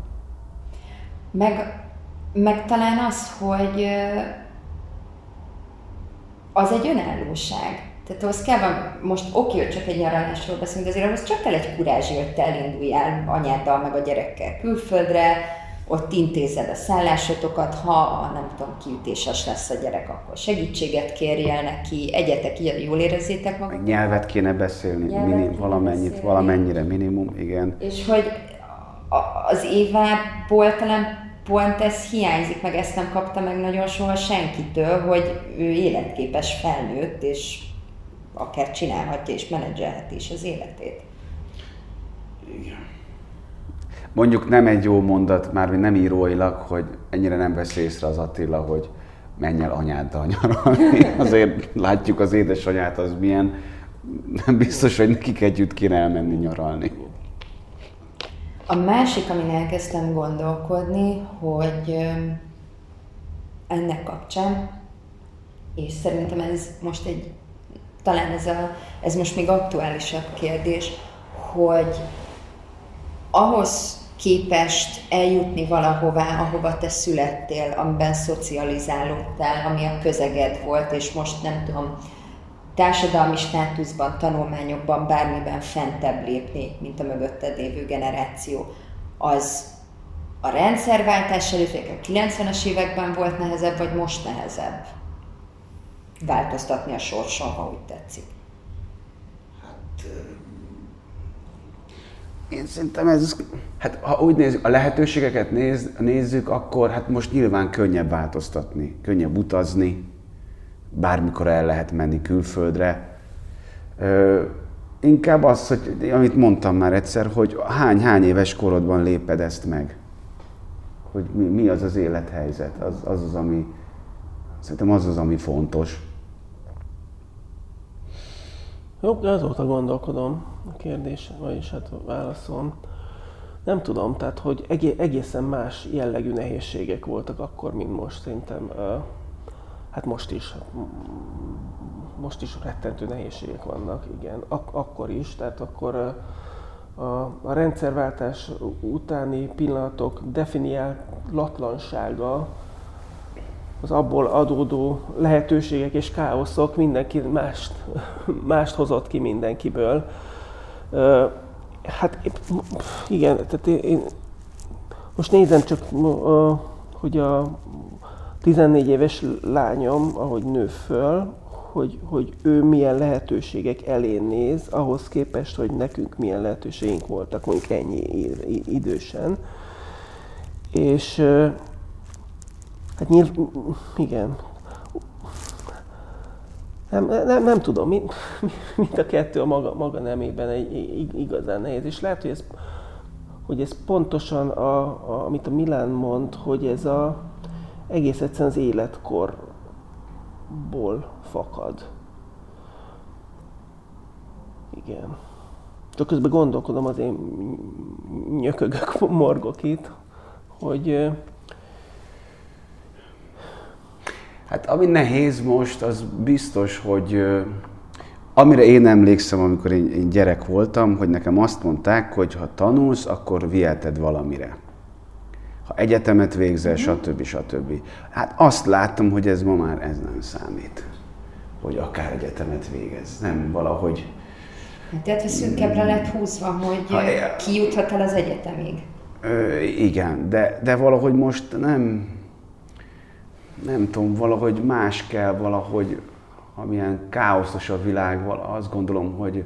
Meg talán az, hogy az egy önállóság. Tehát ahhoz kell most hogy csak egy nyaralásról beszélünk, de azért ahhoz csak kell egy kurázsi, hogy te elinduljál anyáddal meg a gyerekkel külföldre, ott intézed a szállásotokat, ha nem tudom, kiütéses lesz a gyerek, akkor segítséget kérjél neki, egyetek, jól érezzétek magatok. Nyelvet kéne beszélni, valamennyire minimum, igen. És hogy az Évából talán pont ez hiányzik, meg ezt nem kapta meg nagyon soha senkitől, hogy ő életképes felnőtt, és akár csinálhatja és menedzselheti is az életét. Igen. Mondjuk nem egy jó mondat, már nem íróilag, hogy ennyire nem vesz észre az Attila, hogy menj el anyáddal nyaralni. Azért látjuk az édesanyát, az milyen, nem biztos, hogy nekik együtt kéne elmenni nyaralni. A másik, amin elkezdtem gondolkodni, hogy ennek kapcsán, és szerintem ez most talán ez most még aktuálisabb kérdés, hogy ahhoz képest eljutni valahová, ahova te születtél, amiben szocializálódtál, ami a közeged volt, és most nem tudom, társadalmi státuszban, tanulmányokban, bármiben fentebb lépni, mint a mögötted lévő generáció. Az a rendszerváltás előtt, vagy a 90-es években volt nehezebb, vagy most nehezebb változtatni a sorson, ha úgy tetszik? Én szerintem ha úgy nézzük, a lehetőségeket nézzük, akkor hát most nyilván könnyebb változtatni, könnyebb utazni, bármikor el lehet menni külföldre. Inkább az, hogy, amit mondtam már egyszer, hogy hány éves korodban léped ezt meg? Hogy mi az az élethelyzet, szerintem az, ami fontos. Jó, azóta gondolkodom a kérdés, vagyis hát válaszolom. Nem tudom, tehát hogy egészen más jellegű nehézségek voltak akkor, mint most. Szerintem, hát most is rettentő nehézségek vannak, igen. Akkor is, tehát akkor a rendszerváltás utáni pillanatok definiálatlansága, az abból adódó lehetőségek és káoszok mindenki mást hozott ki mindenkiből. Hát igen, tehát Most nézem csak, hogy a 14 éves lányom, ahogy nő föl, hogy ő milyen lehetőségek elé néz, ahhoz képest, hogy nekünk milyen lehetőségeink voltak, mondjuk ennyi idősen. És hát igen. Nem tudom, mind a kettő a maga nemében igazán nehéz. És lehet, hogy ez pontosan, amit a Milán mond, hogy ez egész egyszerűen az életkorból fakad. Igen. Csak közben gondolkodom, azért nyökögök, morgok itt, hogy... Hát ami nehéz most, az biztos, hogy amire én emlékszem, amikor én gyerek voltam, hogy nekem azt mondták, hogy ha tanulsz, akkor viheted valamire. Ha egyetemet végzel, stb. Hát azt láttam, hogy ez ma már ez nem számít, hogy akár egyetemet végez. Nem valahogy... Tehát szűkebbre lett húzva, hogy ki juthat el az egyetemig. Igen, de valahogy most nem tudom, valahogy más kell, valahogy amilyen káoszos a világ, azt gondolom, hogy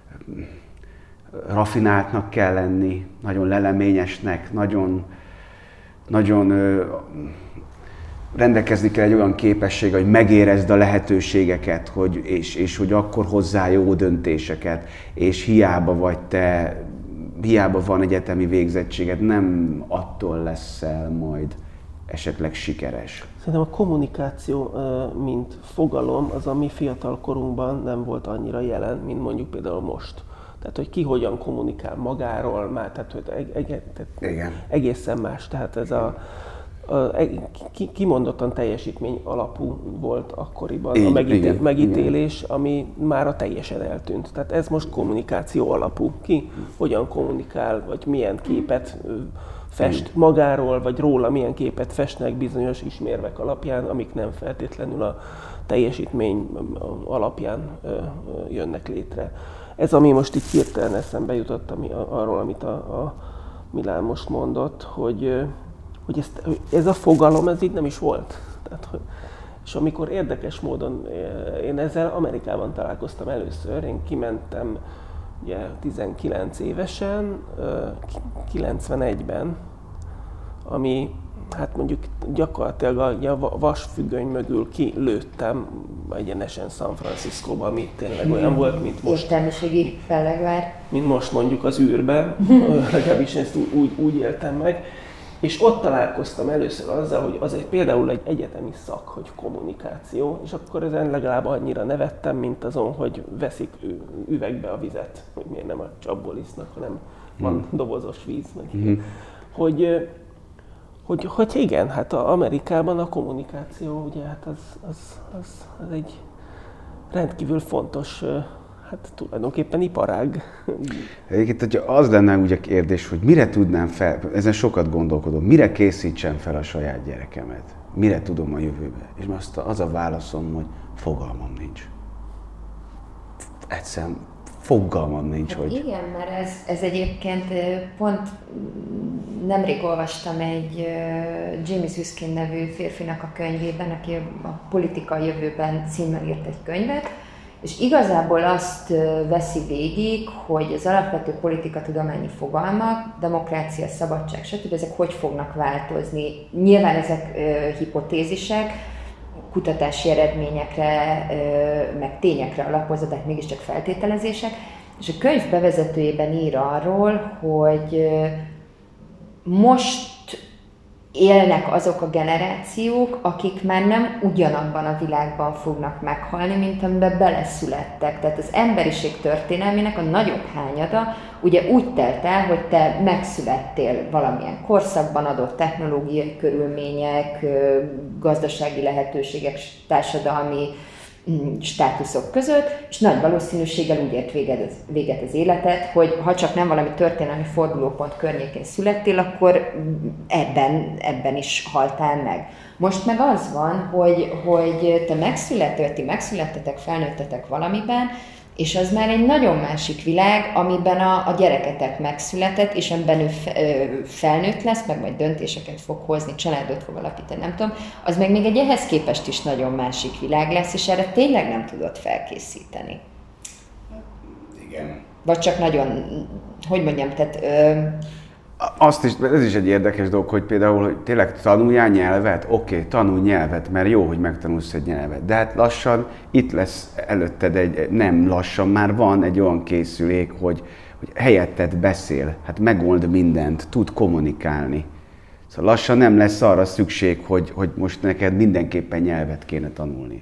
rafináltnak kell lenni, nagyon leleményesnek, nagyon rendelkezni kell egy olyan képessége, hogy megérezd a lehetőségeket, és hogy akkor hozzá jó döntéseket, és hiába van egyetemi végzettséged, nem attól leszel majd esetleg sikeres. Szerintem a kommunikáció, mint fogalom, az a mi fiatal korunkban nem volt annyira jelen, mint mondjuk például most. Tehát, hogy ki hogyan kommunikál magáról, már, tehát, egészen más. Tehát ez kimondottan teljesítmény alapú volt akkoriban a megítélés, ami már a teljesen eltűnt. Tehát ez most kommunikáció alapú. Ki hogyan kommunikál, vagy milyen képet fest magáról, vagy róla milyen képet festnek bizonyos ismérvek alapján, amik nem feltétlenül a teljesítmény alapján jönnek létre. Ez, ami most így hirtelen eszembe jutott arról, amit a Milán most mondott, hogy ez a fogalom, ez így nem is volt. Tehát, és amikor érdekes módon, én ezzel Amerikában találkoztam először, én kimentem ugye 19 évesen, 91-ben, ami hát mondjuk gyakorlatilag a vasfüggöny mögül kilőttem egyenesen San Franciscóba, ami tényleg olyan volt, mint most. Értelmiségi fellegvár. Mint most mondjuk az űrben, legalábbis ezt úgy éltem meg. És ott találkoztam először azzal, hogy az például egy egyetemi szak, hogy kommunikáció, és akkor ezen legalább annyira nevettem, mint azon, hogy veszik üvegbe a vizet, hogy miért nem a csapból isznak, hanem van dobozos víz. Hogy igen, hát Amerikában a kommunikáció, ugye, hát az egy rendkívül fontos, hát tulajdonképpen iparág. Egyébként, hogyha az lenne ugye a kérdés, hogy mire tudnám fel, ezen sokat gondolkodom, mire készítsem fel a saját gyerekemet, mire tudom a jövőbe. És most az a válaszom, hogy fogalmam nincs. Egyszerűen fogalmam nincs, hát hogy... Igen, mert ez egyébként pont nemrég olvastam egy James Huskin nevű férfinak a könyvében, aki a Politika jövőben címmel írt egy könyvet, és igazából azt veszi végig, hogy az alapvető politikatudományi fogalmak, demokrácia, szabadság, stb. Ezek hogy fognak változni. Nyilván ezek hipotézisek, kutatási eredményekre, meg tényekre alapozva, tehát mégiscsak feltételezések. És a könyv bevezetőjében ír arról, hogy most élnek azok a generációk, akik már nem ugyanabban a világban fognak meghalni, mint amiben beleszülettek. Tehát az emberiség történelmének a nagyobb hányada ugye úgy telt el, hogy te megszülettél valamilyen korszakban, adott technológiai körülmények, gazdasági lehetőségek, társadalmi státuszok között, és nagy valószínűséggel úgy ért véget az életed, hogy ha csak nem valami történelmi fordulópont környékén születtél, akkor ebben is haltál meg. Most meg az van, hogy te megszülettetek, felnőttetek valamiben, És az már egy nagyon másik világ, amiben a gyereketek megszületett, és amiben ő felnőtt lesz, meg majd döntéseket fog hozni, családot fog alapítani, nem tudom, az meg még egy ehhez képest is nagyon másik világ lesz, és erre tényleg nem tudod felkészíteni. Igen. Vagy csak nagyon, hogy mondjam, tehát... Ez is egy érdekes dolog, hogy például, hogy tényleg tanuljál nyelvet? Oké, tanulj nyelvet, mert jó, hogy megtanulsz egy nyelvet. De hát lassan itt lesz előtted nem lassan, már van egy olyan készülék, hogy helyetted beszél, hát megold mindent, tud kommunikálni. Szóval lassan nem lesz arra szükség, hogy most neked mindenképpen nyelvet kéne tanulni.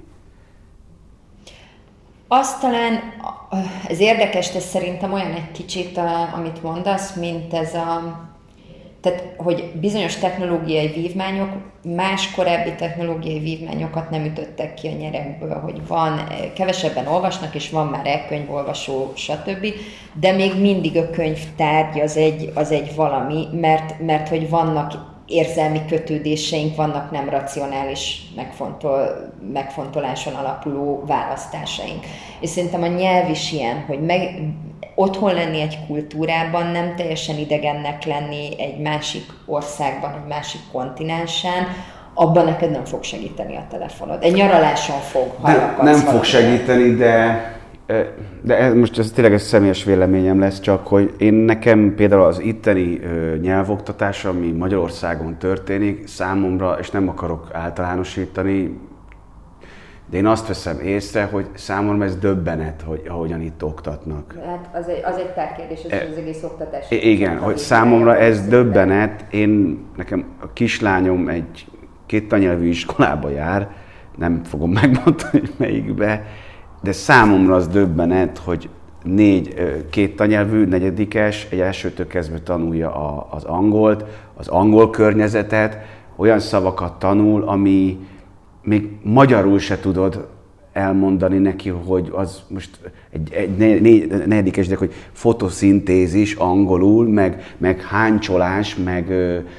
Azt talán, ez érdekes, ez szerintem olyan egy kicsit, amit mondasz, mint ez tehát, hogy bizonyos technológiai vívmányok más korábbi technológiai vívmányokat nem ütöttek ki a nyerekből, hogy kevesebben olvasnak, és van már e-könyvolvasó, stb. De még mindig a könyvtárgy az egy valami, mert hogy vannak érzelmi kötődéseink, vannak nem racionális megfontoláson alapuló választásaink. És szerintem a nyelv is ilyen, hogy otthon lenni egy kultúrában, nem teljesen idegennek lenni egy másik országban, egy másik kontinensen, abban neked nem fog segíteni a telefonod. Egy nyaraláson fog, ha nem fog segíteni, de ez tényleg egy személyes véleményem lesz, csak hogy nekem például az itteni nyelvoktatás, ami Magyarországon történik, számomra, és nem akarok általánosítani, de én azt veszem észre, hogy számomra ez döbbenet, hogy ahogyan itt oktatnak. Hát az egy tárkérdés, az egész oktatás. Igen, hogy számomra ez döbbenet. Nekem a kislányom egy kétanyelvű iskolába jár, nem fogom megmondani melyikbe, de számomra az döbbenet, hogy kétanyelvű, negyedikes, egy elsőtől kezdve tanulja az angolt, az angol környezetet, olyan szavakat tanul, ami még magyarul se tudod elmondani neki, hogy az most egy negyedikes gyerek, hogy fotoszintézis angolul, meg hánycsolás, meg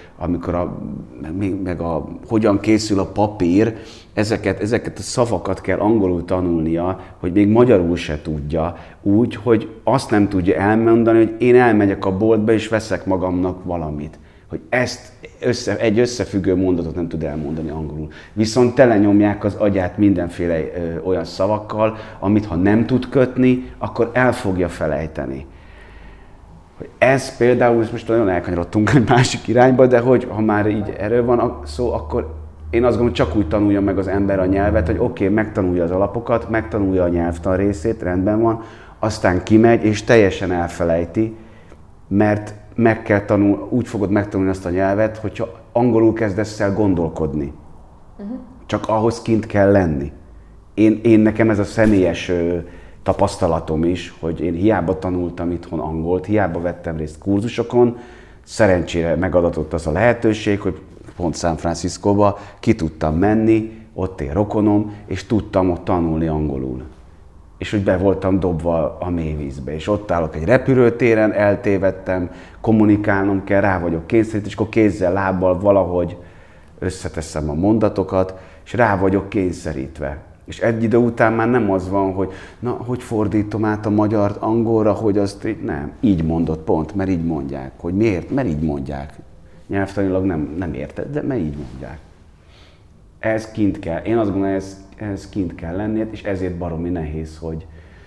hogyan készül a papír, ezeket a szavakat kell angolul tanulnia, hogy még magyarul se tudja, úgy, hogy azt nem tudja elmondani, hogy én elmegyek a boltba és veszek magamnak valamit. Hogy egy összefüggő mondatot nem tud elmondani angolul. Viszont telenyomják az agyát mindenféle olyan szavakkal, amit ha nem tud kötni, akkor el fogja felejteni. Ez például, most nagyon elkanyarodtunk egy másik irányba, de hogy ha már így erről van szó, akkor én azt gondolom, csak úgy tanulja meg az ember a nyelvet, hogy oké, megtanulja az alapokat, megtanulja a nyelvtan részét, rendben van, aztán kimegy és teljesen elfelejti, mert úgy fogod megtanulni azt a nyelvet, hogyha angolul kezdesz el gondolkodni. Csak ahhoz kint kell lenni. Nekem ez a személyes tapasztalatom is, hogy én hiába tanultam itthon angolt, hiába vettem részt kurzusokon, szerencsére megadatott az a lehetőség, hogy pont San Franciscóba ki tudtam menni, ott él rokonom, és tudtam ott tanulni angolul. És hogy be voltam dobva a mélyvízbe, és ott állok egy repülőtéren, eltévedtem, kommunikálnom kell, rá vagyok kényszerítve, és akkor kézzel, lábbal valahogy összeteszem a mondatokat, és rá vagyok kényszerítve. És egy idő után már nem az van, hogy hogy fordítom át a magyart angolra, hogy azt nem, így mondott pont, mert így mondják. Hogy miért? Mert így mondják. Nyelvtanilag nem érted, de mert így mondják. Ez kint kell. Én azt gondolom, ez kint kell lenni, és ezért baromi nehéz, hogy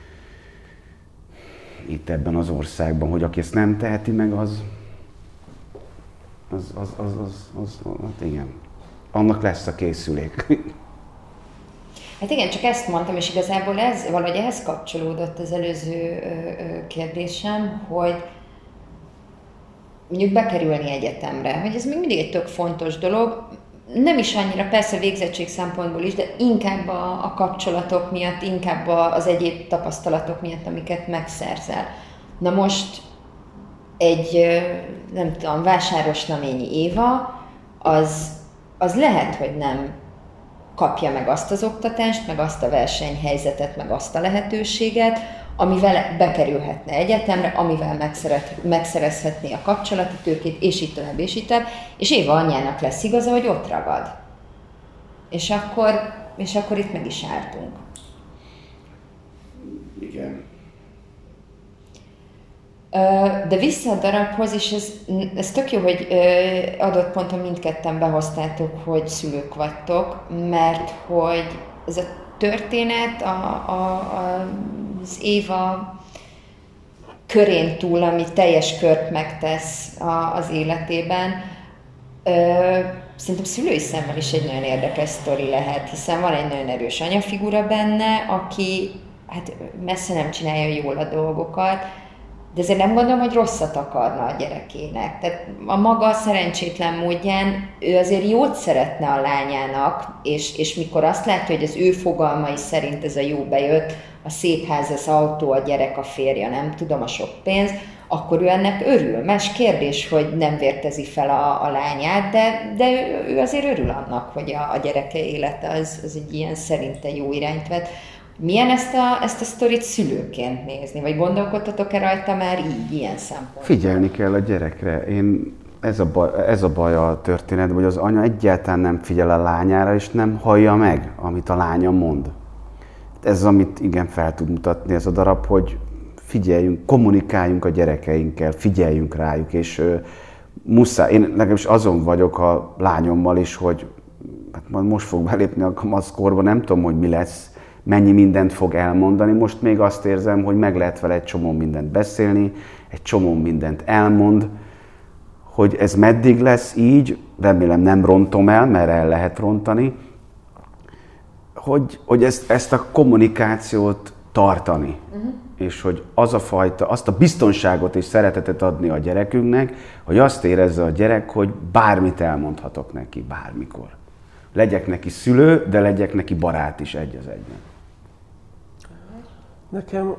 itt ebben az országban, hogy aki ezt nem teheti meg, az hát igen, annak lesz a készülék. Hát igen, csak ezt mondtam, és igazából ez valahogy ehhez kapcsolódott az előző kérdésem, hogy mondjuk bekerülni egyetemre, hogy ez még mindig egy tök fontos dolog, nem is annyira, persze végzettség szempontból is, de inkább a kapcsolatok miatt, inkább az egyéb tapasztalatok miatt, amiket megszerzel. Na most egy, nem tudom, Vásárosnaményi Éva, az lehet, hogy nem kapja meg azt az oktatást, meg azt a versenyhelyzetet, meg azt a lehetőséget, amivel bekerülhetne egyetemre, amivel megszerezhetné a kapcsolati tőkét, és így tovább, és így tovább. És Éva anyjának lesz igaza, hogy ott ragad. És akkor itt meg is álltunk. Igen. De vissza a darabhoz, és ez tök jó, hogy adott ponton mindketten behoztátok, hogy szülők vagytok, mert hogy ez a történet az Éva körén túl, ami teljes kört megtesz az életében, szerintem szülői szemmel is egy nagyon érdekes sztori lehet, hiszen van egy nagyon erős anyafigura benne, aki hát messze nem csinálja jól a dolgokat, de azért nem gondolom, hogy rosszat akarna a gyerekének. Tehát a maga szerencsétlen módján ő azért jót szeretne a lányának, és mikor azt látja, hogy az ő fogalmai szerint ez a jó bejött, a szép ház, az autó, a gyerek, a férje, nem tudom, a sok pénz, akkor ő ennek örül. Más kérdés, hogy nem vértezi fel a lányát, de ő azért örül annak, hogy a gyereke élete az egy ilyen szerinte jó irányt vett. Milyen ezt a sztorit szülőként nézni? Vagy gondolkodtatok-e rajta már így, ilyen szempontból? Figyelni kell a gyerekre. Ez a baj a történetben, hogy az anya egyáltalán nem figyel a lányára, és nem hallja meg, amit a lánya mond. Ez az, amit igen fel tud mutatni ez a darab, hogy figyeljünk, kommunikáljunk a gyerekeinkkel, figyeljünk rájuk, és muszáj. Én legalábbis azon vagyok a lányommal is, hogy hát most fog belépni a kamaszkorba, nem tudom, hogy mi lesz, mennyi mindent fog elmondani. Most még azt érzem, hogy meg lehet vele egy csomó mindent beszélni, egy csomó mindent elmond, hogy ez meddig lesz így, remélem nem rontom el, mert el lehet rontani, hogy ezt a kommunikációt tartani, és hogy az a fajta, azt a biztonságot és szeretetet adni a gyerekünknek, hogy azt érezze a gyerek, hogy bármit elmondhatok neki, bármikor. Legyek neki szülő, de legyek neki barát is egy az egyben. Nekem,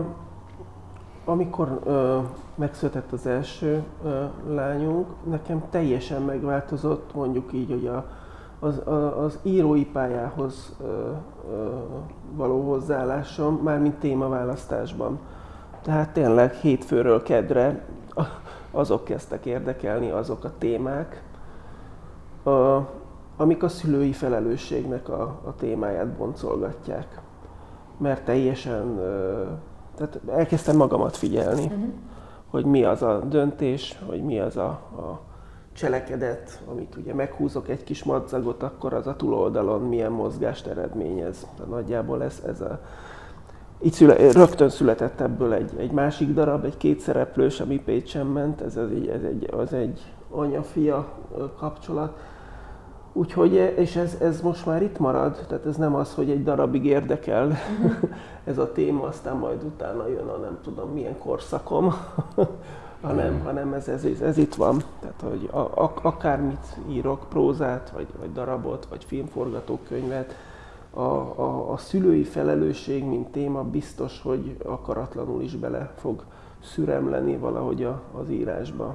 amikor megszületett az első lányunk, nekem teljesen megváltozott, mondjuk így, hogy az írói pályához való hozzáállásom, mármint témaválasztásban. Tehát tényleg hétfőről keddre azok kezdtek érdekelni, azok a témák, amik a szülői felelősségnek a témáját boncolgatják. Mert teljesen, tehát elkezdtem magamat figyelni, hogy mi az a döntés, hogy mi az a cselekedet, amit ugye meghúzok egy kis madzagot, akkor az a túloldalon milyen mozgást eredményez. De nagyjából ez a... Így rögtön született ebből egy másik darab, egy kétszereplős, ami Pécsen ment, ez egy anya-fia kapcsolat. Úgyhogy, és ez most már itt marad, tehát ez nem az, hogy egy darabig érdekel ez a téma, aztán majd utána jön a nem tudom milyen korszakom, hanem ez itt van. Tehát, hogy akármit írok, prózát, vagy darabot, vagy filmforgatókönyvet, a szülői felelősség, mint téma biztos, hogy akaratlanul is bele fog szüremleni valahogy az írásba.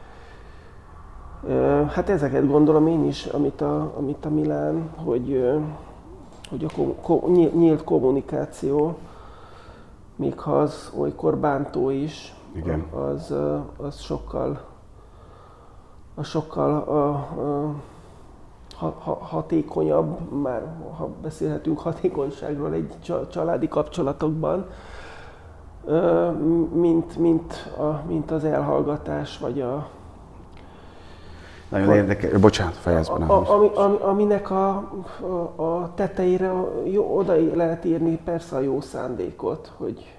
Hát ezeket gondolom én is, amit a Milán, hogy a nyílt kommunikáció, még ha az olykor bántó is, igen. Az sokkal hatékonyabb, már ha beszélhetünk hatékonyságról egy családi kapcsolatokban, mint az elhallgatás, vagy a... Nagyon érdekes, bocsánat, fejezd be. Aminek a tetejére oda lehet írni persze a jó szándékot, hogy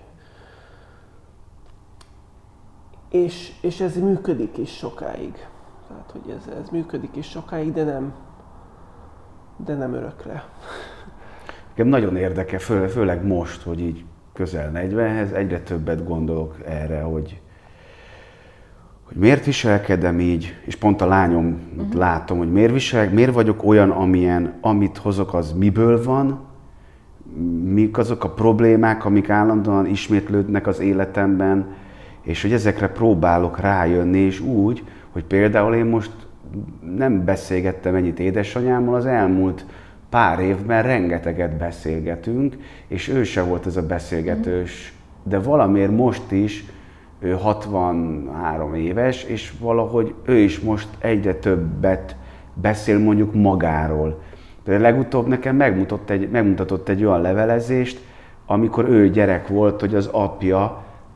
és ez működik is sokáig. Tehát, hogy ez működik is sokáig, de nem örökre. Nekem nagyon érdekel, főleg most, hogy így közel 40-hez egyre többet gondolok erre, hogy miért viselkedem így, és pont a lányom látom, hogy miért vagyok olyan, amit hozok, az miből van, mik azok a problémák, amik állandóan ismétlődnek az életemben, és hogy ezekre próbálok rájönni, és úgy, hogy például én most nem beszélgettem ennyit édesanyámmal, az elmúlt pár évben rengeteget beszélgetünk, és ő se volt ez a beszélgetős, de valamiért most is, ő 63 éves, és valahogy ő is most egyre többet beszél mondjuk magáról. De legutóbb nekem megmutatott egy olyan levelezést, amikor ő gyerek volt, hogy az apja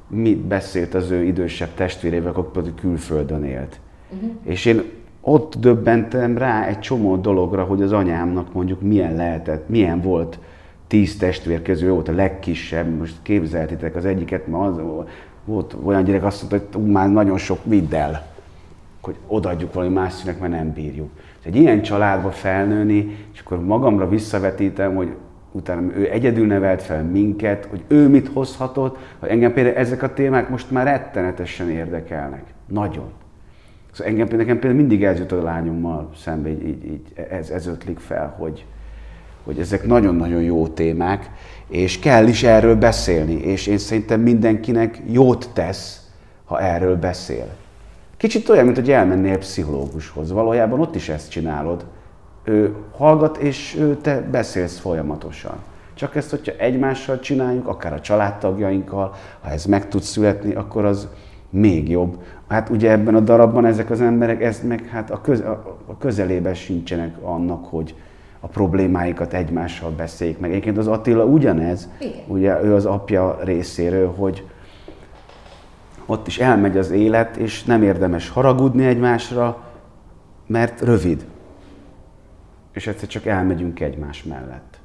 mit beszélt az ő idősebb testvérével, akkor pedig külföldön élt. És én ott döbbentem rá egy csomó dologra, hogy az anyámnak mondjuk milyen volt 10 testvér közül, ő volt a legkisebb, most képzeltitek az egyiket, ma az volt olyan gyerek, azt mondta, hogy már nagyon sok, vidd el, hogy odaadjuk valami más színek, mert nem bírjuk. Egy ilyen családba felnőni, és akkor magamra visszavetítem, hogy utána ő egyedül nevelt fel minket, hogy ő mit hozhatott, hogy engem például ezek a témák most már rettenetesen érdekelnek. Nagyon. Szóval nekem például mindig ez jut a lányommal szembe, ez ötlik fel, hogy ezek nagyon-nagyon jó témák, és kell is erről beszélni, és én szerintem mindenkinek jót tesz, ha erről beszél. Kicsit olyan, mint hogy elmennél pszichológushoz. Valójában ott is ezt csinálod. Ő hallgat, és te beszélsz folyamatosan. Csak ezt, hogyha egymással csináljuk, akár a családtagjainkkal, ha ez meg tud születni, akkor az még jobb. Hát ugye ebben a darabban ezek az emberek, ez meg hát a közelében sincsenek annak, hogy a problémáikat egymással beszéljék meg. Egyébként az Attila ugyanez, ugye ő az apja részéről, hogy ott is elmegy az élet, és nem érdemes haragudni egymásra, mert rövid. És egyszer csak elmegyünk egymás mellett.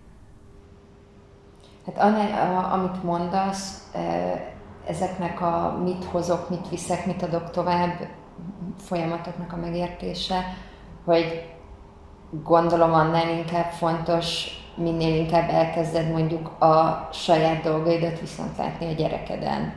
Hát amit mondasz, ezeknek a mit hozok, mit viszek, mit adok tovább folyamatoknak a megértése, hogy gondolom annál inkább fontos, minél inkább elkezded mondjuk a saját dolgaidat viszont látni a gyerekeden.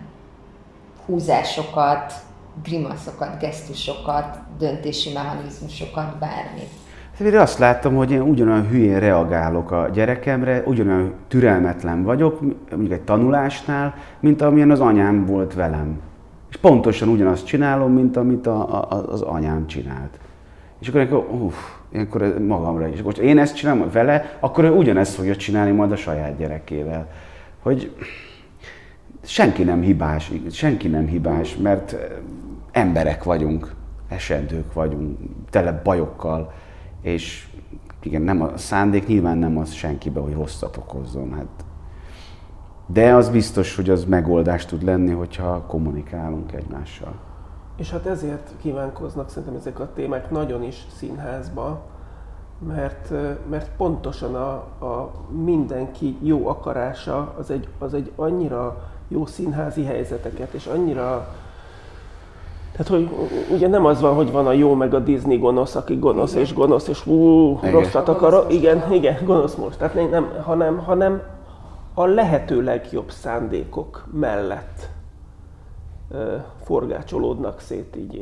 Húzásokat, grimaszokat, gesztusokat, döntési mechanizmusokat, bármit. Én azt láttam, hogy én ugyanolyan hülyén reagálok a gyerekemre, ugyanolyan türelmetlen vagyok, mondjuk egy tanulásnál, mint amilyen az anyám volt velem. És pontosan ugyanazt csinálom, mint amit az anyám csinált. És akkor ilyenkor magamra is. Ha én ezt csinálom vele, akkor ő ugyanezt fogja csinálni majd a saját gyerekével. Hogy senki nem hibás, mert emberek vagyunk, esendők vagyunk, tele bajokkal, és igen, nem a szándék nyilván nem az senkibe, hogy rosszat okozzon. Hát. De az biztos, hogy az megoldás tud lenni, hogyha kommunikálunk egymással. És hát ezért kívánkoznak szerintem ezek a témák nagyon is színházba, mert pontosan a mindenki jó akarása az egy annyira jó színházi helyzeteket, és annyira... Tehát, hogy ugye nem az van, hogy van a jó meg a Disney gonosz, aki gonosz és rosszat akar. Igen, gonosz most. Tehát nem, hanem a lehető legjobb szándékok mellett forgácsolódnak szét így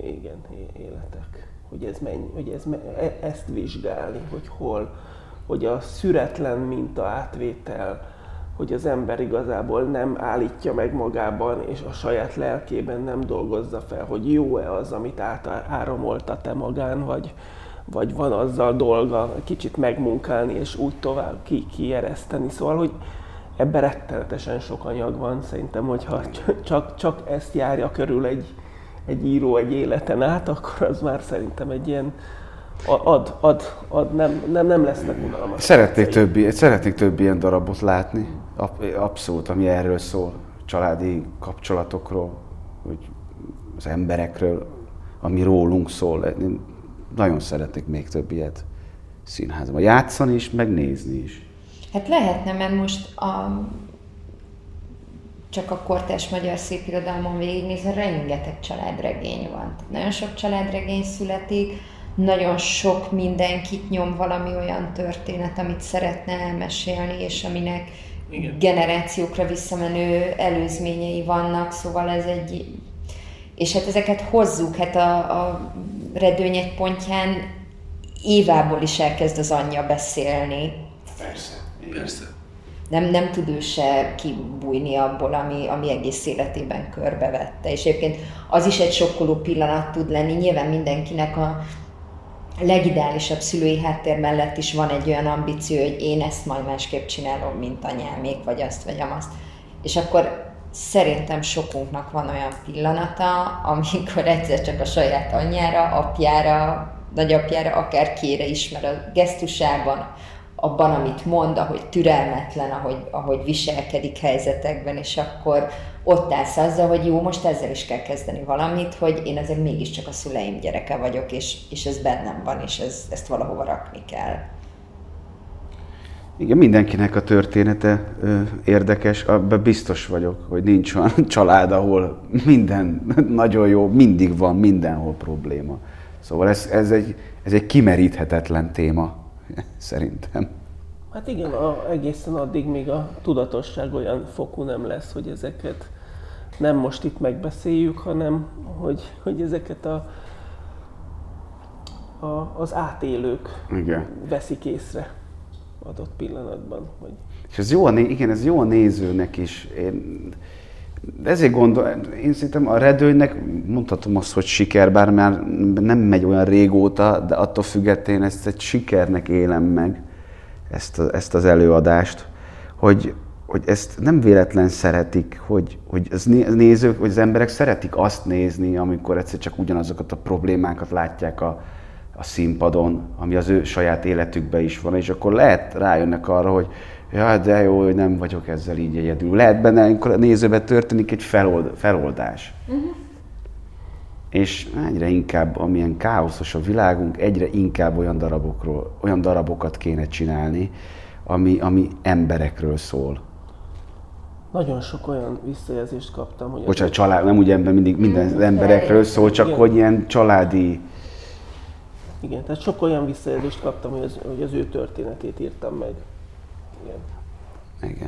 életek. Hogy ezt vizsgálni, hogy hol, hogy a szüretlen minta átvétel, hogy az ember igazából nem állítja meg magában, és a saját lelkében nem dolgozza fel, hogy jó-e az, amit áramoltat-e magán, vagy van azzal dolga kicsit megmunkálni, és úgy tovább kiereszteni. Szóval, hogy ebben rettenetesen sok anyag van, szerintem, hogyha csak ezt járja körül egy író egy életen át, akkor az már szerintem egy ilyen nem lesznek unalmas. Szeretnék több ilyen darabot látni, abszolút, ami erről szól, családi kapcsolatokról, hogy az emberekről, ami rólunk szól. Én nagyon szeretnék még több ilyet színházban játszani is, meg nézni is. Hát lehetne, mert most csak a kortárs magyar szépirodalmon végignézve rengeteg családregény van. Nagyon sok családregény születik, nagyon sok mindenkit nyom valami olyan történet, amit szeretne elmesélni, és aminek generációkra visszamenő előzményei vannak, szóval ez egy... És hát ezeket hozzuk, hát a redőny egy pontján Évából is elkezd az anyja beszélni. Persze. Nem tud ő se kibújni abból, ami egész életében körbevette. És egyébként az is egy sokkoló pillanat tud lenni. Nyilván mindenkinek a legideálisabb szülői háttér mellett is van egy olyan ambíció, hogy én ezt majd másképp csinálom, mint anyámék, vagy azt, vagy amazt. És akkor szerintem sokunknak van olyan pillanata, amikor egyszer csak a saját anyjára, apjára, nagyapjára, akár kére is, mert a gesztusában, abban, amit mond, ahogy türelmetlen, ahogy viselkedik helyzetekben, és akkor ott állsz azzal, hogy jó, most ezzel is kell kezdeni valamit, hogy én azért mégiscsak a szüleim gyereke vagyok, és ez bennem van, és ezt valahova rakni kell. Igen, mindenkinek a története érdekes, abban biztos vagyok, hogy nincs olyan család, ahol minden nagyon jó, mindig van mindenhol probléma. Szóval ez egy kimeríthetetlen téma, szerintem. Hát igen, egészen addig még a tudatosság olyan fokú nem lesz, hogy ezeket nem most itt megbeszéljük, hanem hogy ezeket az átélők veszik észre adott pillanatban. És ez jó, ez jó a nézőnek is. Ezért én szerintem a Redőnynek mondhatom azt, hogy siker, bár már nem megy olyan régóta, de attól függetlenül ezt egy sikernek élem meg, ezt az előadást, hogy ezt nem véletlen szeretik, hogy az nézők, hogy az emberek szeretik azt nézni, amikor egyszer csak ugyanazokat a problémákat látják a színpadon, ami az ő saját életükben is van, és akkor rájönnek arra, hogy ja, de jó, hogy nem vagyok ezzel így egyedül. Lehet benne, amikor a nézőben történik egy feloldás. És egyre inkább, amilyen káoszos a világunk, egyre inkább olyan darabokat kéne csinálni, ami emberekről szól. Nagyon sok olyan visszajelzést kaptam, hogy... Bocsánat, család, nem úgy ember, minden emberekről szól, csak igen. Hogy ilyen családi... Igen, tehát sok olyan visszajelzést kaptam, hogy az ő történetét írtam meg. Igen.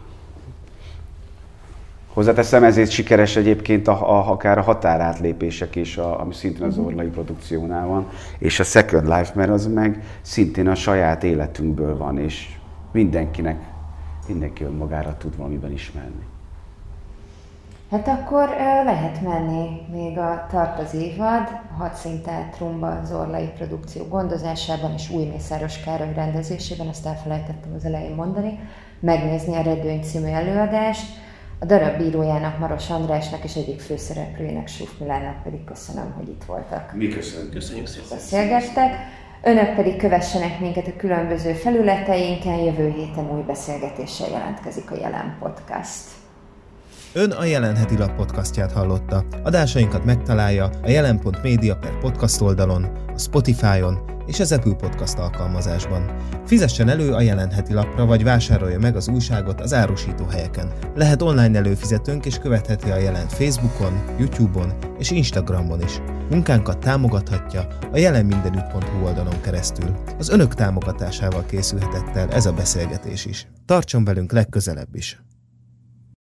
Hozzáteszem, ezért sikeres egyébként akár a határátlépések is, ami szintén az Orlai produkciónál van, és a Second Life, mert az meg szintén a saját életünkből van, és mindenki önmagára tud valamiben ismerni. Hát akkor lehet menni, még tart az évad, a Hadszín Teátrumban, az Orlai produkció gondozásában és Új Mészáros Károly rendezésében, ezt elfelejtettem az elején mondani, megnézni a Redőny című előadást. A darab bírójának, Maros Andrásnak és egyik főszereplőjének, Suf Milánnak pedig köszönöm, hogy itt voltak. Mi köszönjük. Köszönjük szépen. Beszélgettek. Önök pedig kövessenek minket a különböző felületeinken, jövő héten új beszélgetéssel jelentkezik a Jelen Podcast. Ön a Jelen heti lap podcastját hallotta. Adásainkat megtalálja a jelen.media per podcast oldalon, a Spotify-on és az Apple Podcast alkalmazásban. Fizessen elő a Jelen heti lapra, vagy vásárolja meg az újságot az árusítóhelyeken. Lehet online előfizetőnk, és követheti a Jelent Facebookon, YouTube-on és Instagramon is. Munkánkat támogathatja a jelenmindenütt.hu oldalon keresztül. Az önök támogatásával készülhetett el ez a beszélgetés is. Tartson velünk legközelebb is!